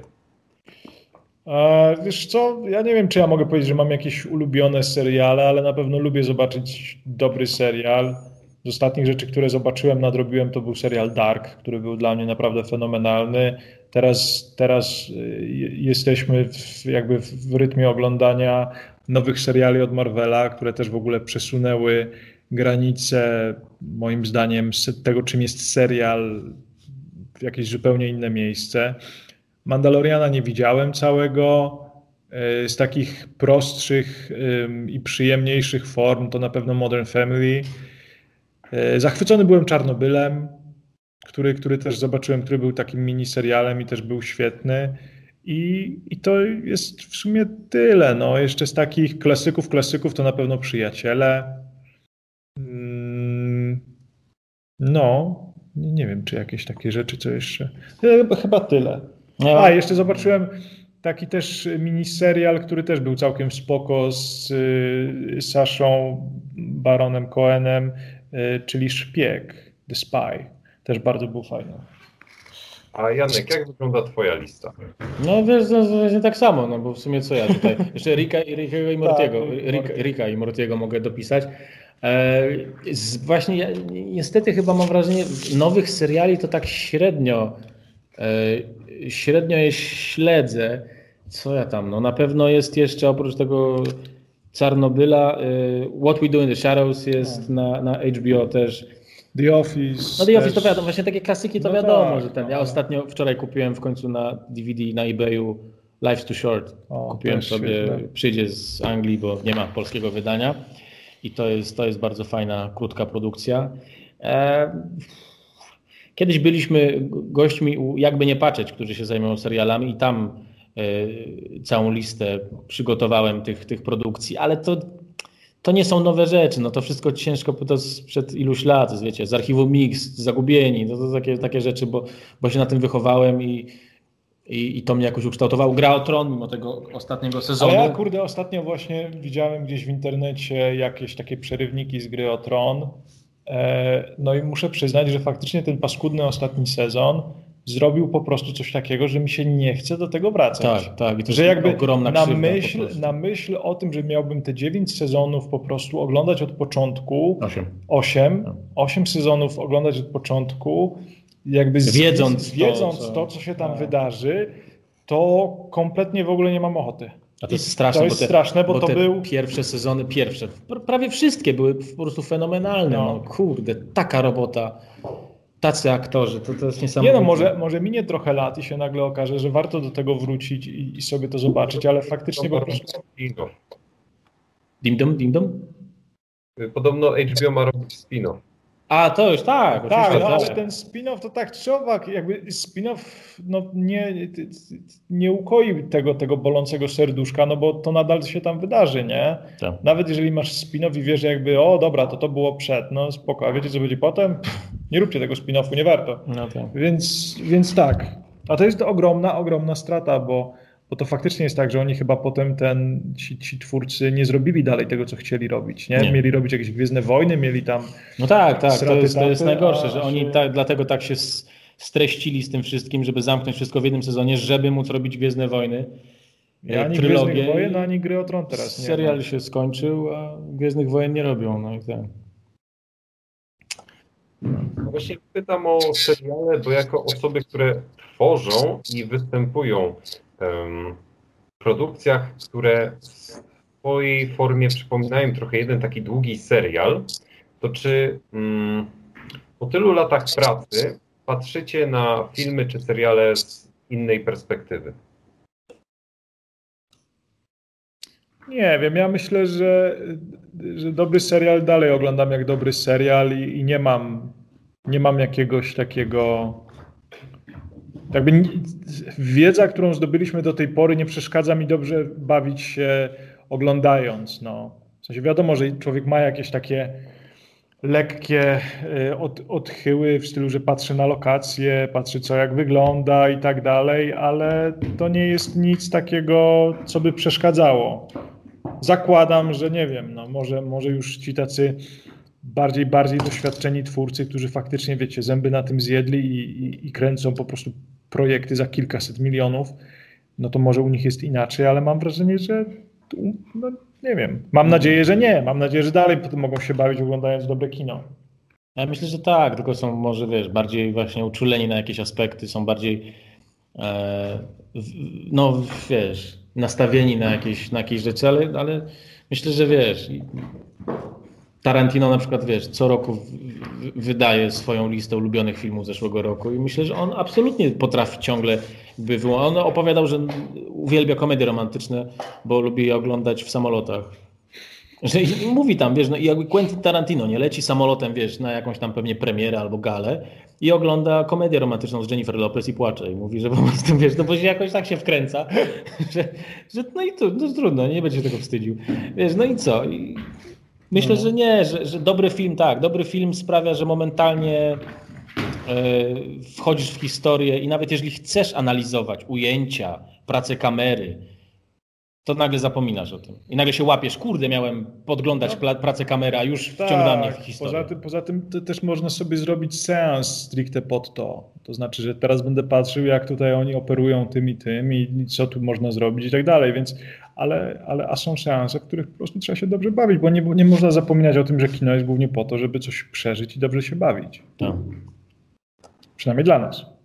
Wiesz co, ja nie wiem, czy ja mogę powiedzieć, że mam jakieś ulubione seriale, ale na pewno lubię zobaczyć dobry serial. Z ostatnich rzeczy, które zobaczyłem, nadrobiłem, to był serial Dark, który był dla mnie naprawdę fenomenalny. Teraz jesteśmy jakby w rytmie oglądania nowych seriali od Marvela, które też w ogóle przesunęły granice, moim zdaniem, tego, czym jest serial, w jakieś zupełnie inne miejsce. Mandaloriana nie widziałem całego. Z takich prostszych i przyjemniejszych form to na pewno Modern Family. Zachwycony byłem Czarnobylem, który też zobaczyłem, który był takim miniserialem i też był świetny. I to jest w sumie tyle. No, jeszcze z takich klasyków to na pewno Przyjaciele. No, nie wiem, czy jakieś takie rzeczy, co jeszcze. Chyba tyle. A, jeszcze zobaczyłem taki też miniserial, który też był całkiem spoko z Saszą Baronem Cohenem, czyli Szpieg, The Spy. Też bardzo był fajny. A Janek, jak wygląda twoja lista? No wiesz, no, tak samo, no bo w sumie co ja tutaj, jeszcze Ricka i Mortiego, Ricka i Mortiego mogę dopisać. Właśnie niestety chyba mam wrażenie, nowych seriali to tak średnio je śledzę. Co ja tam, no na pewno jest jeszcze oprócz tego Czarnobyla, What We Do in the Shadows jest na HBO też. The Office. No The Office to wiadomo, właśnie takie klasyki to wiadomo, że ten. Ja ostatnio, wczoraj kupiłem w końcu na DVD na eBayu Life's Too Short. Kupiłem sobie, przyjdzie z Anglii, bo nie ma polskiego wydania i to jest bardzo fajna, krótka produkcja. Kiedyś byliśmy gośćmi u Jakby Nie Patrzeć, którzy się zajmują serialami i tam całą listę przygotowałem tych produkcji, ale to nie są nowe rzeczy, no to wszystko ciężko to sprzed iluś lat, to wiecie, z archiwum Mix, Zagubieni, to takie rzeczy, bo się na tym wychowałem i to mnie jakoś ukształtowało. Gra o Tron mimo tego ostatniego sezonu. Ale ja ostatnio właśnie widziałem gdzieś w internecie jakieś takie przerywniki z Gry o Tron. No i muszę przyznać, że faktycznie ten paskudny ostatni sezon zrobił po prostu coś takiego, że mi się nie chce do tego wracać. Tak. I to że jakby ogromna na myśl o tym, że miałbym te 9 sezonów po prostu oglądać od początku. 8 sezonów oglądać od początku, jakby wiedząc to, co się tam wydarzy, to kompletnie w ogóle nie mam ochoty. A to jest straszne, to jest straszne, bo to te był... pierwsze sezony, prawie wszystkie były po prostu fenomenalne. No kurde, taka robota, tacy aktorzy, to jest niesamowite. Nie no, może minie trochę lat i się nagle okaże, że warto do tego wrócić i sobie to zobaczyć, ale faktycznie po prostu... Dim-dom? Podobno HBO ma robić spin-off. A, to już tak. Tak, no, ale ten spin-off to tak czy owak, jakby spin-off nie ukoi tego bolącego serduszka, no bo to nadal się tam wydarzy, nie? Tak. Nawet jeżeli masz spin-off i wiesz jakby, o dobra, to było przed, no spoko, a wiecie co będzie potem? Nie róbcie tego spin-offu, nie warto. No tak. Więc tak. A to jest ogromna strata, bo to faktycznie jest tak, że oni chyba potem ci twórcy nie zrobili dalej tego, co chcieli robić, nie? Mieli robić jakieś Gwiezdne Wojny, mieli tam... No tak, to jest najgorsze, że oni dlatego tak się streścili z tym wszystkim, żeby zamknąć wszystko w jednym sezonie, żeby móc robić Gwiezdne Wojny, ani trylogię. Gwiezdnych Wojen, ani Gry o Tron teraz nie. Serial się skończył, a Gwiezdnych Wojen nie robią, no i tak. Właśnie pytam o seriale, bo jako osoby, które tworzą i występują w produkcjach, które w swojej formie przypominają trochę jeden taki długi serial, to czy po tylu latach pracy patrzycie na filmy czy seriale z innej perspektywy? Nie wiem, ja myślę, że dobry serial dalej oglądam jak dobry serial i nie mam jakiegoś takiego... Jakby wiedza, którą zdobyliśmy do tej pory, nie przeszkadza mi dobrze bawić się oglądając. No. W sensie wiadomo, że człowiek ma jakieś takie lekkie odchyły w stylu, że patrzy na lokacje, patrzy co jak wygląda i tak dalej, ale to nie jest nic takiego, co by przeszkadzało. Zakładam, że nie wiem, no może już ci tacy bardziej doświadczeni twórcy, którzy faktycznie, wiecie, zęby na tym zjedli i kręcą po prostu projekty za kilkaset milionów, no to może u nich jest inaczej, ale mam wrażenie, że no, nie wiem. Mam nadzieję, że nie. Mam nadzieję, że dalej potem mogą się bawić oglądając dobre kino. Ja myślę, że tak, tylko są może, wiesz, bardziej właśnie uczuleni na jakieś aspekty, są bardziej no, wiesz, nastawieni na jakieś rzeczy, ale myślę, że wiesz, Tarantino na przykład, wiesz, co roku wydaje swoją listę ulubionych filmów zeszłego roku i myślę, że on absolutnie potrafi ciągle on opowiadał, że uwielbia komedie romantyczne, bo lubi je oglądać w samolotach. Że mówi tam, wiesz, no i jakby Quentin Tarantino nie leci samolotem, wiesz, na jakąś tam pewnie premierę albo galę i ogląda komedię romantyczną z Jennifer Lopez i płacze i mówi, że po prostu, wiesz, no bo się jakoś tak się wkręca, że no i to trudno, nie będzie się tego wstydził. Wiesz, no i co? I myślę, że nie, że dobry film, tak, dobry film sprawia, że momentalnie wchodzisz w historię i nawet jeżeli chcesz analizować ujęcia, pracę kamery, to nagle zapominasz o tym. I nagle się łapiesz, kurde, miałem podglądać pracę kamery, a już wciąga mnie w historię. Poza tym też można sobie zrobić seans stricte pod to. To znaczy, że teraz będę patrzył, jak tutaj oni operują tym i co tu można zrobić i tak dalej, więc a są seanse, w których po prostu trzeba się dobrze bawić, bo nie można zapominać o tym, że kino jest głównie po to, żeby coś przeżyć i dobrze się bawić. Tak. Przynajmniej dla nas.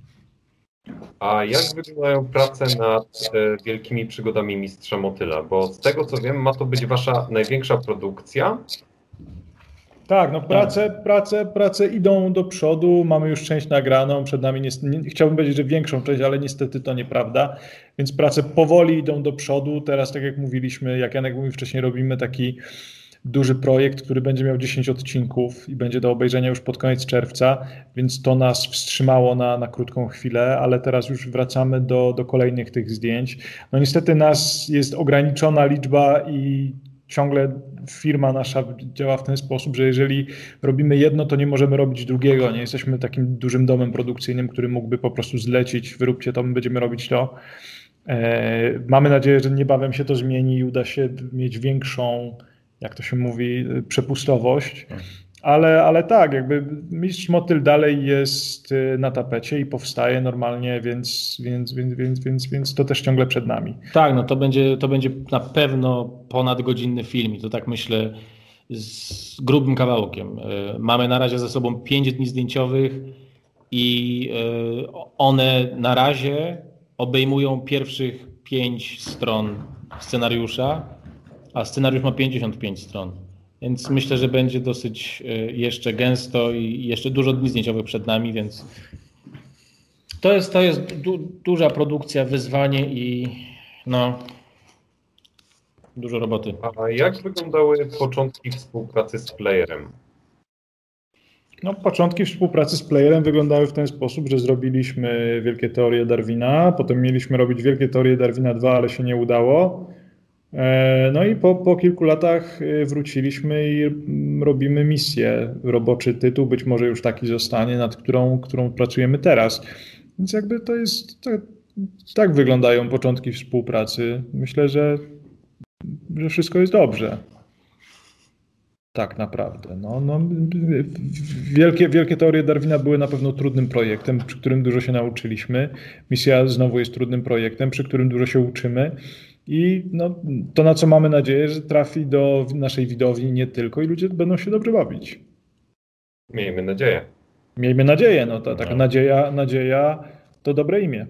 A jak wyglądają prace nad Wielkimi Przygodami Mistrza Motyla? Bo z tego co wiem, ma to być wasza największa produkcja. Tak, no prace idą do przodu, mamy już część nagraną, przed nami chciałbym powiedzieć, że większą część, ale niestety to nieprawda, więc prace powoli idą do przodu. Teraz, tak jak mówiliśmy, jak Janek mówił wcześniej, robimy taki duży projekt, który będzie miał 10 odcinków i będzie do obejrzenia już pod koniec czerwca, więc to nas wstrzymało na krótką chwilę, ale teraz już wracamy do kolejnych tych zdjęć. No niestety nas jest ograniczona liczba i ciągle firma nasza działa w ten sposób, że jeżeli robimy jedno, to nie możemy robić drugiego. Nie jesteśmy takim dużym domem produkcyjnym, który mógłby po prostu zlecić, wyróbcie to, my będziemy robić to. Mamy nadzieję, że niebawem się to zmieni i uda się mieć większą, jak to się mówi, przepustowość. Ale tak, jakby Mistrz Motyl dalej jest na tapecie i powstaje normalnie, więc to też ciągle przed nami. Tak, no to będzie na pewno ponadgodzinny film i to tak myślę z grubym kawałkiem. Mamy na razie za sobą 5 dni zdjęciowych i one na razie obejmują pierwszych 5 stron scenariusza, a scenariusz ma 55 stron. Więc myślę, że będzie dosyć jeszcze gęsto i jeszcze dużo dni zdjęciowych przed nami, więc to jest duża produkcja, wyzwanie i no dużo roboty. A jak wyglądały początki współpracy z Playerem? No, początki współpracy z Playerem wyglądały w ten sposób, że zrobiliśmy Wielkie Teorie Darwina, potem mieliśmy robić Wielkie Teorie Darwina 2, ale się nie udało. No i po kilku latach wróciliśmy i robimy misję. Roboczy tytuł, być może już taki zostanie, nad którą pracujemy teraz. Więc jakby to jest, tak wyglądają początki współpracy. Myślę, że wszystko jest dobrze. Tak naprawdę. Wielkie Teorie Darwina były na pewno trudnym projektem, przy którym dużo się nauczyliśmy. Misja znowu jest trudnym projektem, przy którym dużo się uczymy. I to, na co mamy nadzieję, że trafi do naszej widowni nie tylko i ludzie będą się dobrze bawić. Miejmy nadzieję. Miejmy nadzieję. Taka nadzieja to dobre imię.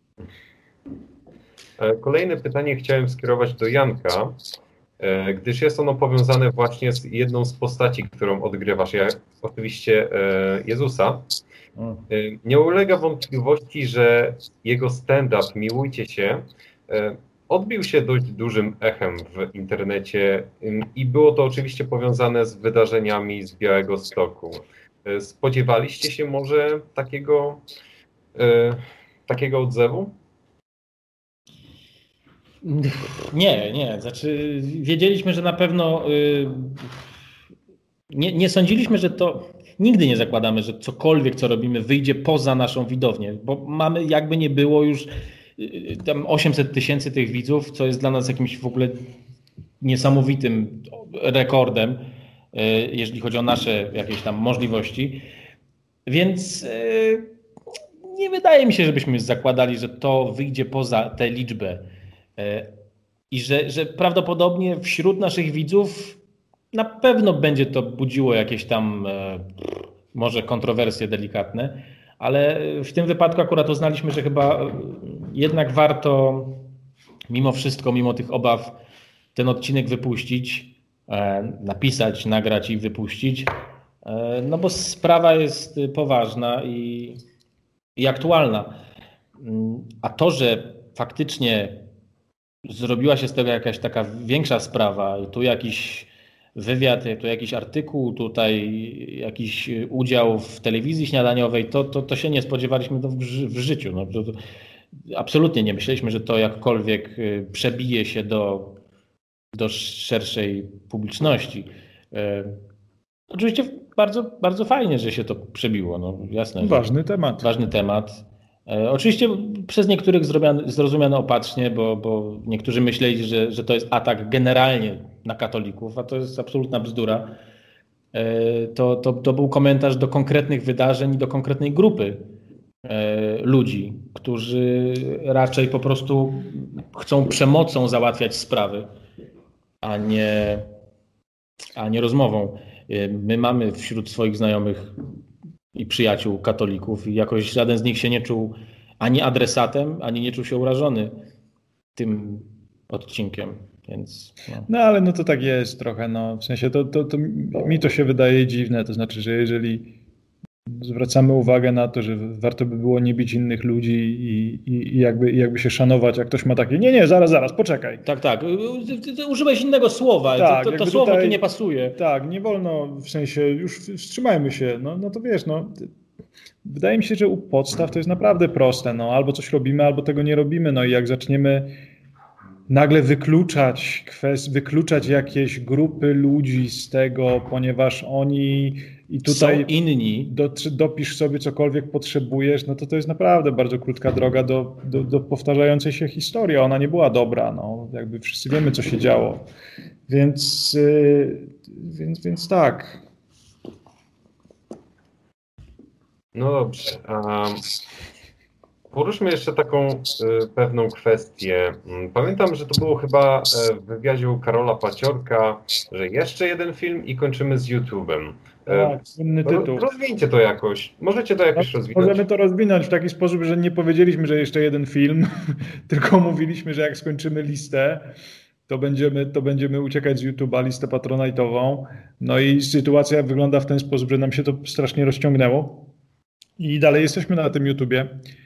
Kolejne pytanie chciałem skierować do Janka, gdyż jest ono powiązane właśnie z jedną z postaci, którą odgrywasz, oczywiście Jezusa. Nie ulega wątpliwości, że jego stand-up Miłujcie się odbił się dość dużym echem w internecie i było to oczywiście powiązane z wydarzeniami z Białegostoku. Spodziewaliście się może takiego odzewu? Nie. Znaczy, wiedzieliśmy, że na pewno nie sądziliśmy, że to. Nigdy nie zakładamy, że cokolwiek, co robimy, wyjdzie poza naszą widownię, bo mamy jakby nie było już tam 800 000 tych widzów, co jest dla nas jakimś w ogóle niesamowitym rekordem, jeżeli chodzi o nasze jakieś tam możliwości. Więc nie wydaje mi się, żebyśmy zakładali, że to wyjdzie poza tę liczbę. I że prawdopodobnie wśród naszych widzów na pewno będzie to budziło jakieś tam może kontrowersje delikatne, ale w tym wypadku akurat uznaliśmy, że chyba jednak warto mimo wszystko, mimo tych obaw ten odcinek wypuścić, napisać, nagrać i wypuścić, no bo sprawa jest poważna i aktualna. A to, że faktycznie zrobiła się z tego jakaś taka większa sprawa i tu jakiś wywiad, tu jakiś artykuł, tutaj jakiś udział w telewizji śniadaniowej, to się nie spodziewaliśmy w życiu. No, to absolutnie nie myśleliśmy, że to jakkolwiek przebije się do szerszej publiczności. Oczywiście bardzo, bardzo fajnie, że się to przebiło. No, jasne. Ważny temat. Ważny temat. Oczywiście przez niektórych zrozumiano opatrznie, bo niektórzy myśleli, że to jest atak generalnie na katolików, a to jest absolutna bzdura. To był komentarz do konkretnych wydarzeń i do konkretnej grupy ludzi, którzy raczej po prostu chcą przemocą załatwiać sprawy, a nie rozmową. My mamy wśród swoich znajomych i przyjaciół katolików i jakoś żaden z nich się nie czuł ani adresatem, ani nie czuł się urażony tym odcinkiem. Więc, no ale to tak jest trochę, w sensie to mi to się wydaje dziwne, to znaczy, że jeżeli zwracamy uwagę na to, że warto by było nie bić innych ludzi i jakby się szanować, jak ktoś ma takie, nie, zaraz, poczekaj. Tak, użyłeś innego słowa, tak, to słowo tu nie pasuje. Tak, nie wolno, w sensie już wstrzymajmy się, no to wiesz, wydaje mi się, że u podstaw to jest naprawdę proste, albo coś robimy, albo tego nie robimy, i jak zaczniemy nagle wykluczać jakieś grupy ludzi z tego, ponieważ oni i tutaj są inni. Dopisz sobie cokolwiek potrzebujesz, to jest naprawdę bardzo krótka droga do powtarzającej się historii. Ona nie była dobra, jakby wszyscy wiemy, co się działo. Więc tak. No dobrze. Poruszmy jeszcze taką pewną kwestię. Pamiętam, że to było chyba w wywiadzie u Karola Paciorka, że jeszcze jeden film i kończymy z YouTube'em. Tak, inny tytuł. Rozwinięcie to jakoś. Możecie to jakoś rozwinąć. Możemy to rozwinąć w taki sposób, że nie powiedzieliśmy, że jeszcze jeden film, tylko mówiliśmy, że jak skończymy listę, to będziemy uciekać z YouTube'a, listę patronite'ową. No i sytuacja wygląda w ten sposób, że nam się to strasznie rozciągnęło. I dalej jesteśmy na tym YouTubie.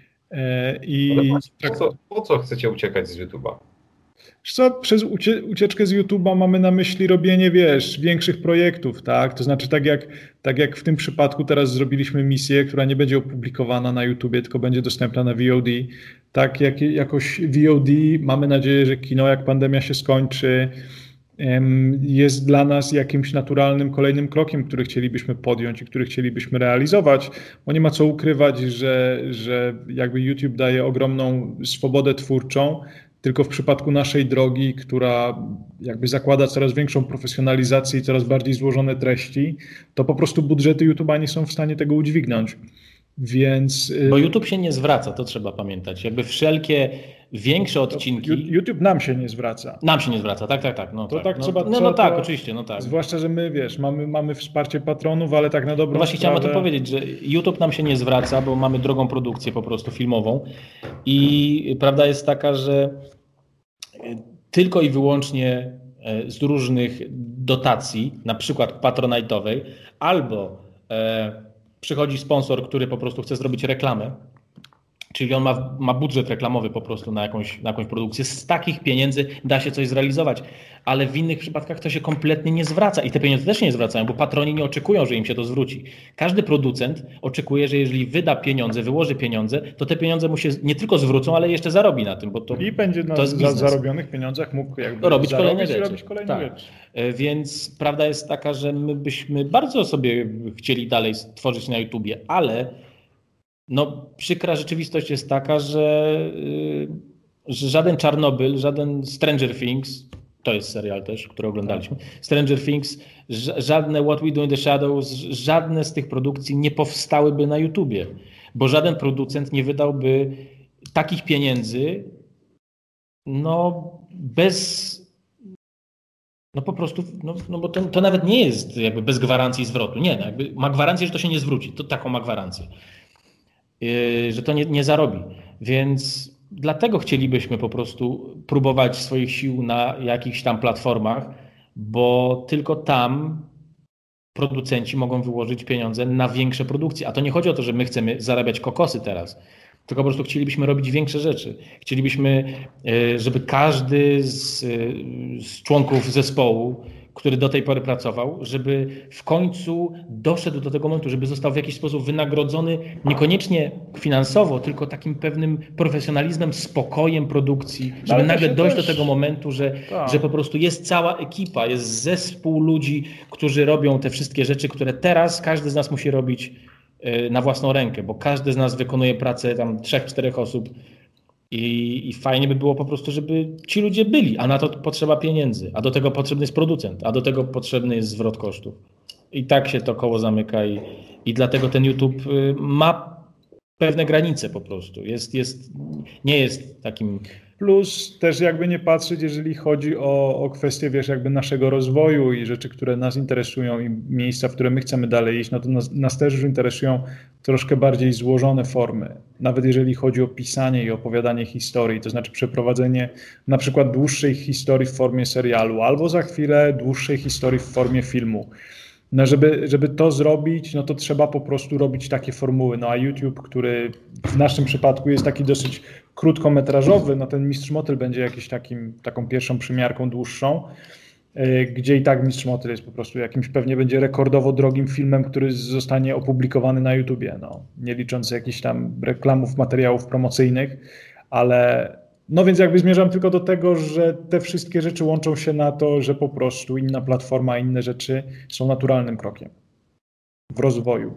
Po co chcecie uciekać z YouTube'a? Co, przez ucieczkę z YouTube'a mamy na myśli robienie, większych projektów, tak? To znaczy tak jak w tym przypadku teraz zrobiliśmy misję, która nie będzie opublikowana na YouTubie, tylko będzie dostępna na VOD. Tak jak jakoś VOD, mamy nadzieję, że kino, jak pandemia się skończy, jest dla nas jakimś naturalnym kolejnym krokiem, który chcielibyśmy podjąć i który chcielibyśmy realizować, bo nie ma co ukrywać, że jakby YouTube daje ogromną swobodę twórczą, tylko w przypadku naszej drogi, która jakby zakłada coraz większą profesjonalizację i coraz bardziej złożone treści, to po prostu budżety YouTube'a nie są w stanie tego udźwignąć. Więc... Bo YouTube się nie zwraca, to trzeba pamiętać. Jakby wszelkie większe odcinki... YouTube nam się nie zwraca. Nam się nie zwraca, tak. No, to tak. Tak, oczywiście, no tak. Zwłaszcza, że my, mamy wsparcie patronów, ale tak na dobrą właśnie sprawę... chciałem o tym powiedzieć, że YouTube nam się nie zwraca, bo mamy drogą produkcję po prostu filmową i prawda jest taka, że tylko i wyłącznie z różnych dotacji, na przykład patronite'owej, albo przychodzi sponsor, który po prostu chce zrobić reklamę, czyli on ma budżet reklamowy po prostu na jakąś produkcję. Z takich pieniędzy da się coś zrealizować, ale w innych przypadkach to się kompletnie nie zwraca i te pieniądze też się nie zwracają, bo patroni nie oczekują, że im się to zwróci. Każdy producent oczekuje, że jeżeli wyda pieniądze, wyłoży pieniądze, to te pieniądze mu się nie tylko zwrócą, ale jeszcze zarobi na tym, bo to i będzie na zarobionych pieniądzach mógł jakby robić kolejne rzeczy. Tak. Więc prawda jest taka, że my byśmy bardzo sobie chcieli dalej tworzyć na YouTubie, ale przykra rzeczywistość jest taka, że żaden Czarnobyl, żaden Stranger Things, to jest serial też, który oglądaliśmy, Stranger Things, żadne What We Do in the Shadows, żadne z tych produkcji nie powstałyby na YouTubie, bo żaden producent nie wydałby takich pieniędzy, po prostu, bo to nawet nie jest jakby bez gwarancji zwrotu, nie, jakby ma gwarancję, że to się nie zwróci, to taką ma gwarancję. Że to nie zarobi. Więc dlatego chcielibyśmy po prostu próbować swoich sił na jakichś tam platformach, bo tylko tam producenci mogą wyłożyć pieniądze na większe produkcje. A to nie chodzi o to, że my chcemy zarabiać kokosy teraz, tylko po prostu chcielibyśmy robić większe rzeczy. Chcielibyśmy, żeby każdy z członków zespołu, który do tej pory pracował, żeby w końcu doszedł do tego momentu, żeby został w jakiś sposób wynagrodzony niekoniecznie finansowo, tylko takim pewnym profesjonalizmem, spokojem produkcji, żeby nagle dojść do tego momentu, że po prostu jest cała ekipa, jest zespół ludzi, którzy robią te wszystkie rzeczy, które teraz każdy z nas musi robić na własną rękę, bo każdy z nas wykonuje pracę tam 3-4 osób. I fajnie by było po prostu, żeby ci ludzie byli, a na to potrzeba pieniędzy, a do tego potrzebny jest producent, a do tego potrzebny jest zwrot kosztów. I tak się to koło zamyka i dlatego ten YouTube ma pewne granice po prostu. Nie jest takim... Plus też jakby nie patrzeć, jeżeli chodzi o kwestie, jakby naszego rozwoju i rzeczy, które nas interesują i miejsca, w które my chcemy dalej iść, no to nas też już interesują troszkę bardziej złożone formy. Nawet jeżeli chodzi o pisanie i opowiadanie historii, to znaczy przeprowadzenie na przykład dłuższej historii w formie serialu albo za chwilę dłuższej historii w formie filmu. No żeby to zrobić, no to trzeba po prostu robić takie formuły. No a YouTube, który w naszym przypadku jest taki dosyć krótkometrażowy, no ten Mistrz Motyl będzie jakiś taką pierwszą przymiarką dłuższą, gdzie i tak Mistrz Motyl jest po prostu jakimś pewnie będzie rekordowo drogim filmem, który zostanie opublikowany na YouTubie. No, nie licząc jakichś tam reklamów, materiałów promocyjnych, ale no więc jakby zmierzam tylko do tego, że te wszystkie rzeczy łączą się na to, że po prostu inna platforma, inne rzeczy są naturalnym krokiem w rozwoju.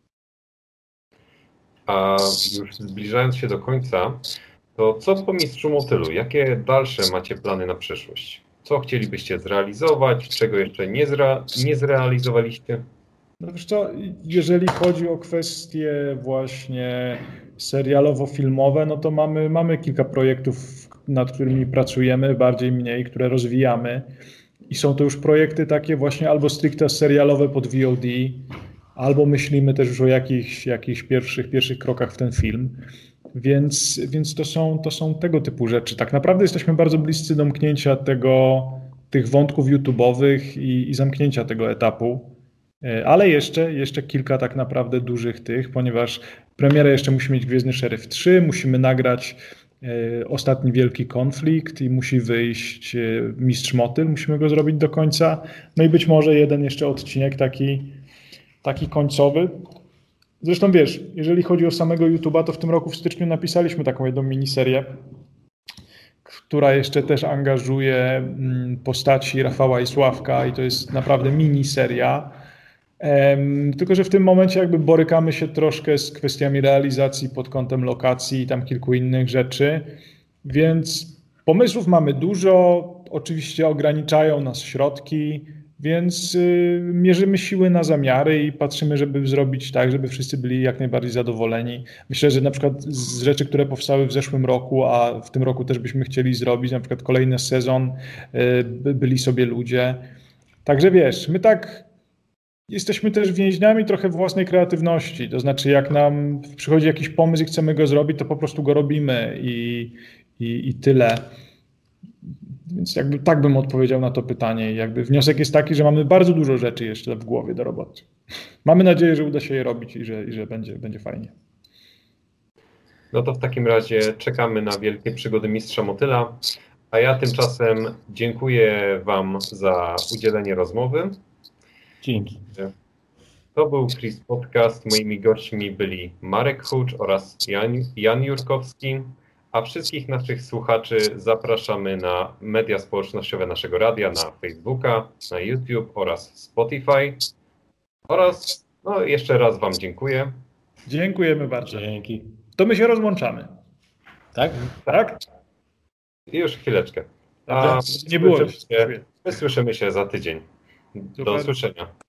A już zbliżając się do końca, to co po Mistrzu Motylu? Jakie dalsze macie plany na przyszłość? Co chcielibyście zrealizować? Czego jeszcze nie zrealizowaliście? No wiesz co, jeżeli chodzi o kwestie właśnie serialowo-filmowe, no to mamy kilka projektów, nad którymi pracujemy, bardziej mniej, które rozwijamy. i są to już projekty takie właśnie albo stricte serialowe pod VOD, albo myślimy też już o jakichś pierwszych krokach w ten film. Więc to są tego typu rzeczy. Tak naprawdę jesteśmy bardzo bliscy domknięcia tych wątków YouTube'owych i zamknięcia tego etapu. Ale jeszcze kilka tak naprawdę dużych ponieważ premierę jeszcze musi mieć Gwiezdny Szeryf 3, musimy nagrać Ostatni Wielki Konflikt i musi wyjść Mistrz Motyl, musimy go zrobić do końca. No i być może jeden jeszcze odcinek taki końcowy. Zresztą wiesz, jeżeli chodzi o samego YouTube'a, to w tym roku w styczniu napisaliśmy taką jedną miniserię, która jeszcze też angażuje postaci Rafała i Sławka i to jest naprawdę miniseria. Tylko że w tym momencie jakby borykamy się troszkę z kwestiami realizacji pod kątem lokacji i tam kilku innych rzeczy, więc pomysłów mamy dużo, oczywiście ograniczają nas środki, więc mierzymy siły na zamiary i patrzymy, żeby zrobić tak, żeby wszyscy byli jak najbardziej zadowoleni. Myślę, że na przykład z rzeczy, które powstały w zeszłym roku, a w tym roku też byśmy chcieli zrobić, na przykład kolejny sezon, byli sobie ludzie. Także wiesz, my tak jesteśmy też więźniami trochę własnej kreatywności, to znaczy jak nam przychodzi jakiś pomysł i chcemy go zrobić, to po prostu go robimy i tyle. Więc jakby tak bym odpowiedział na to pytanie. Jakby wniosek jest taki, że mamy bardzo dużo rzeczy jeszcze w głowie do roboty. Mamy nadzieję, że uda się je robić i że będzie fajnie. No to w takim razie czekamy na wielkie przygody Mistrza Motyla, a ja tymczasem dziękuję Wam za udzielenie rozmowy. Dzięki. To był Chris Podcast. Moimi gośćmi byli Marek Hucz oraz Jan Jurkowski. A wszystkich naszych słuchaczy zapraszamy na media społecznościowe naszego radia, na Facebooka, na YouTube oraz Spotify. Oraz jeszcze raz Wam dziękuję. Dziękujemy bardzo. Dzięki. To my się rozłączamy. Tak? Tak? I już chwileczkę. Nie było. My słyszymy się za tydzień. Do Super. usłyszenia.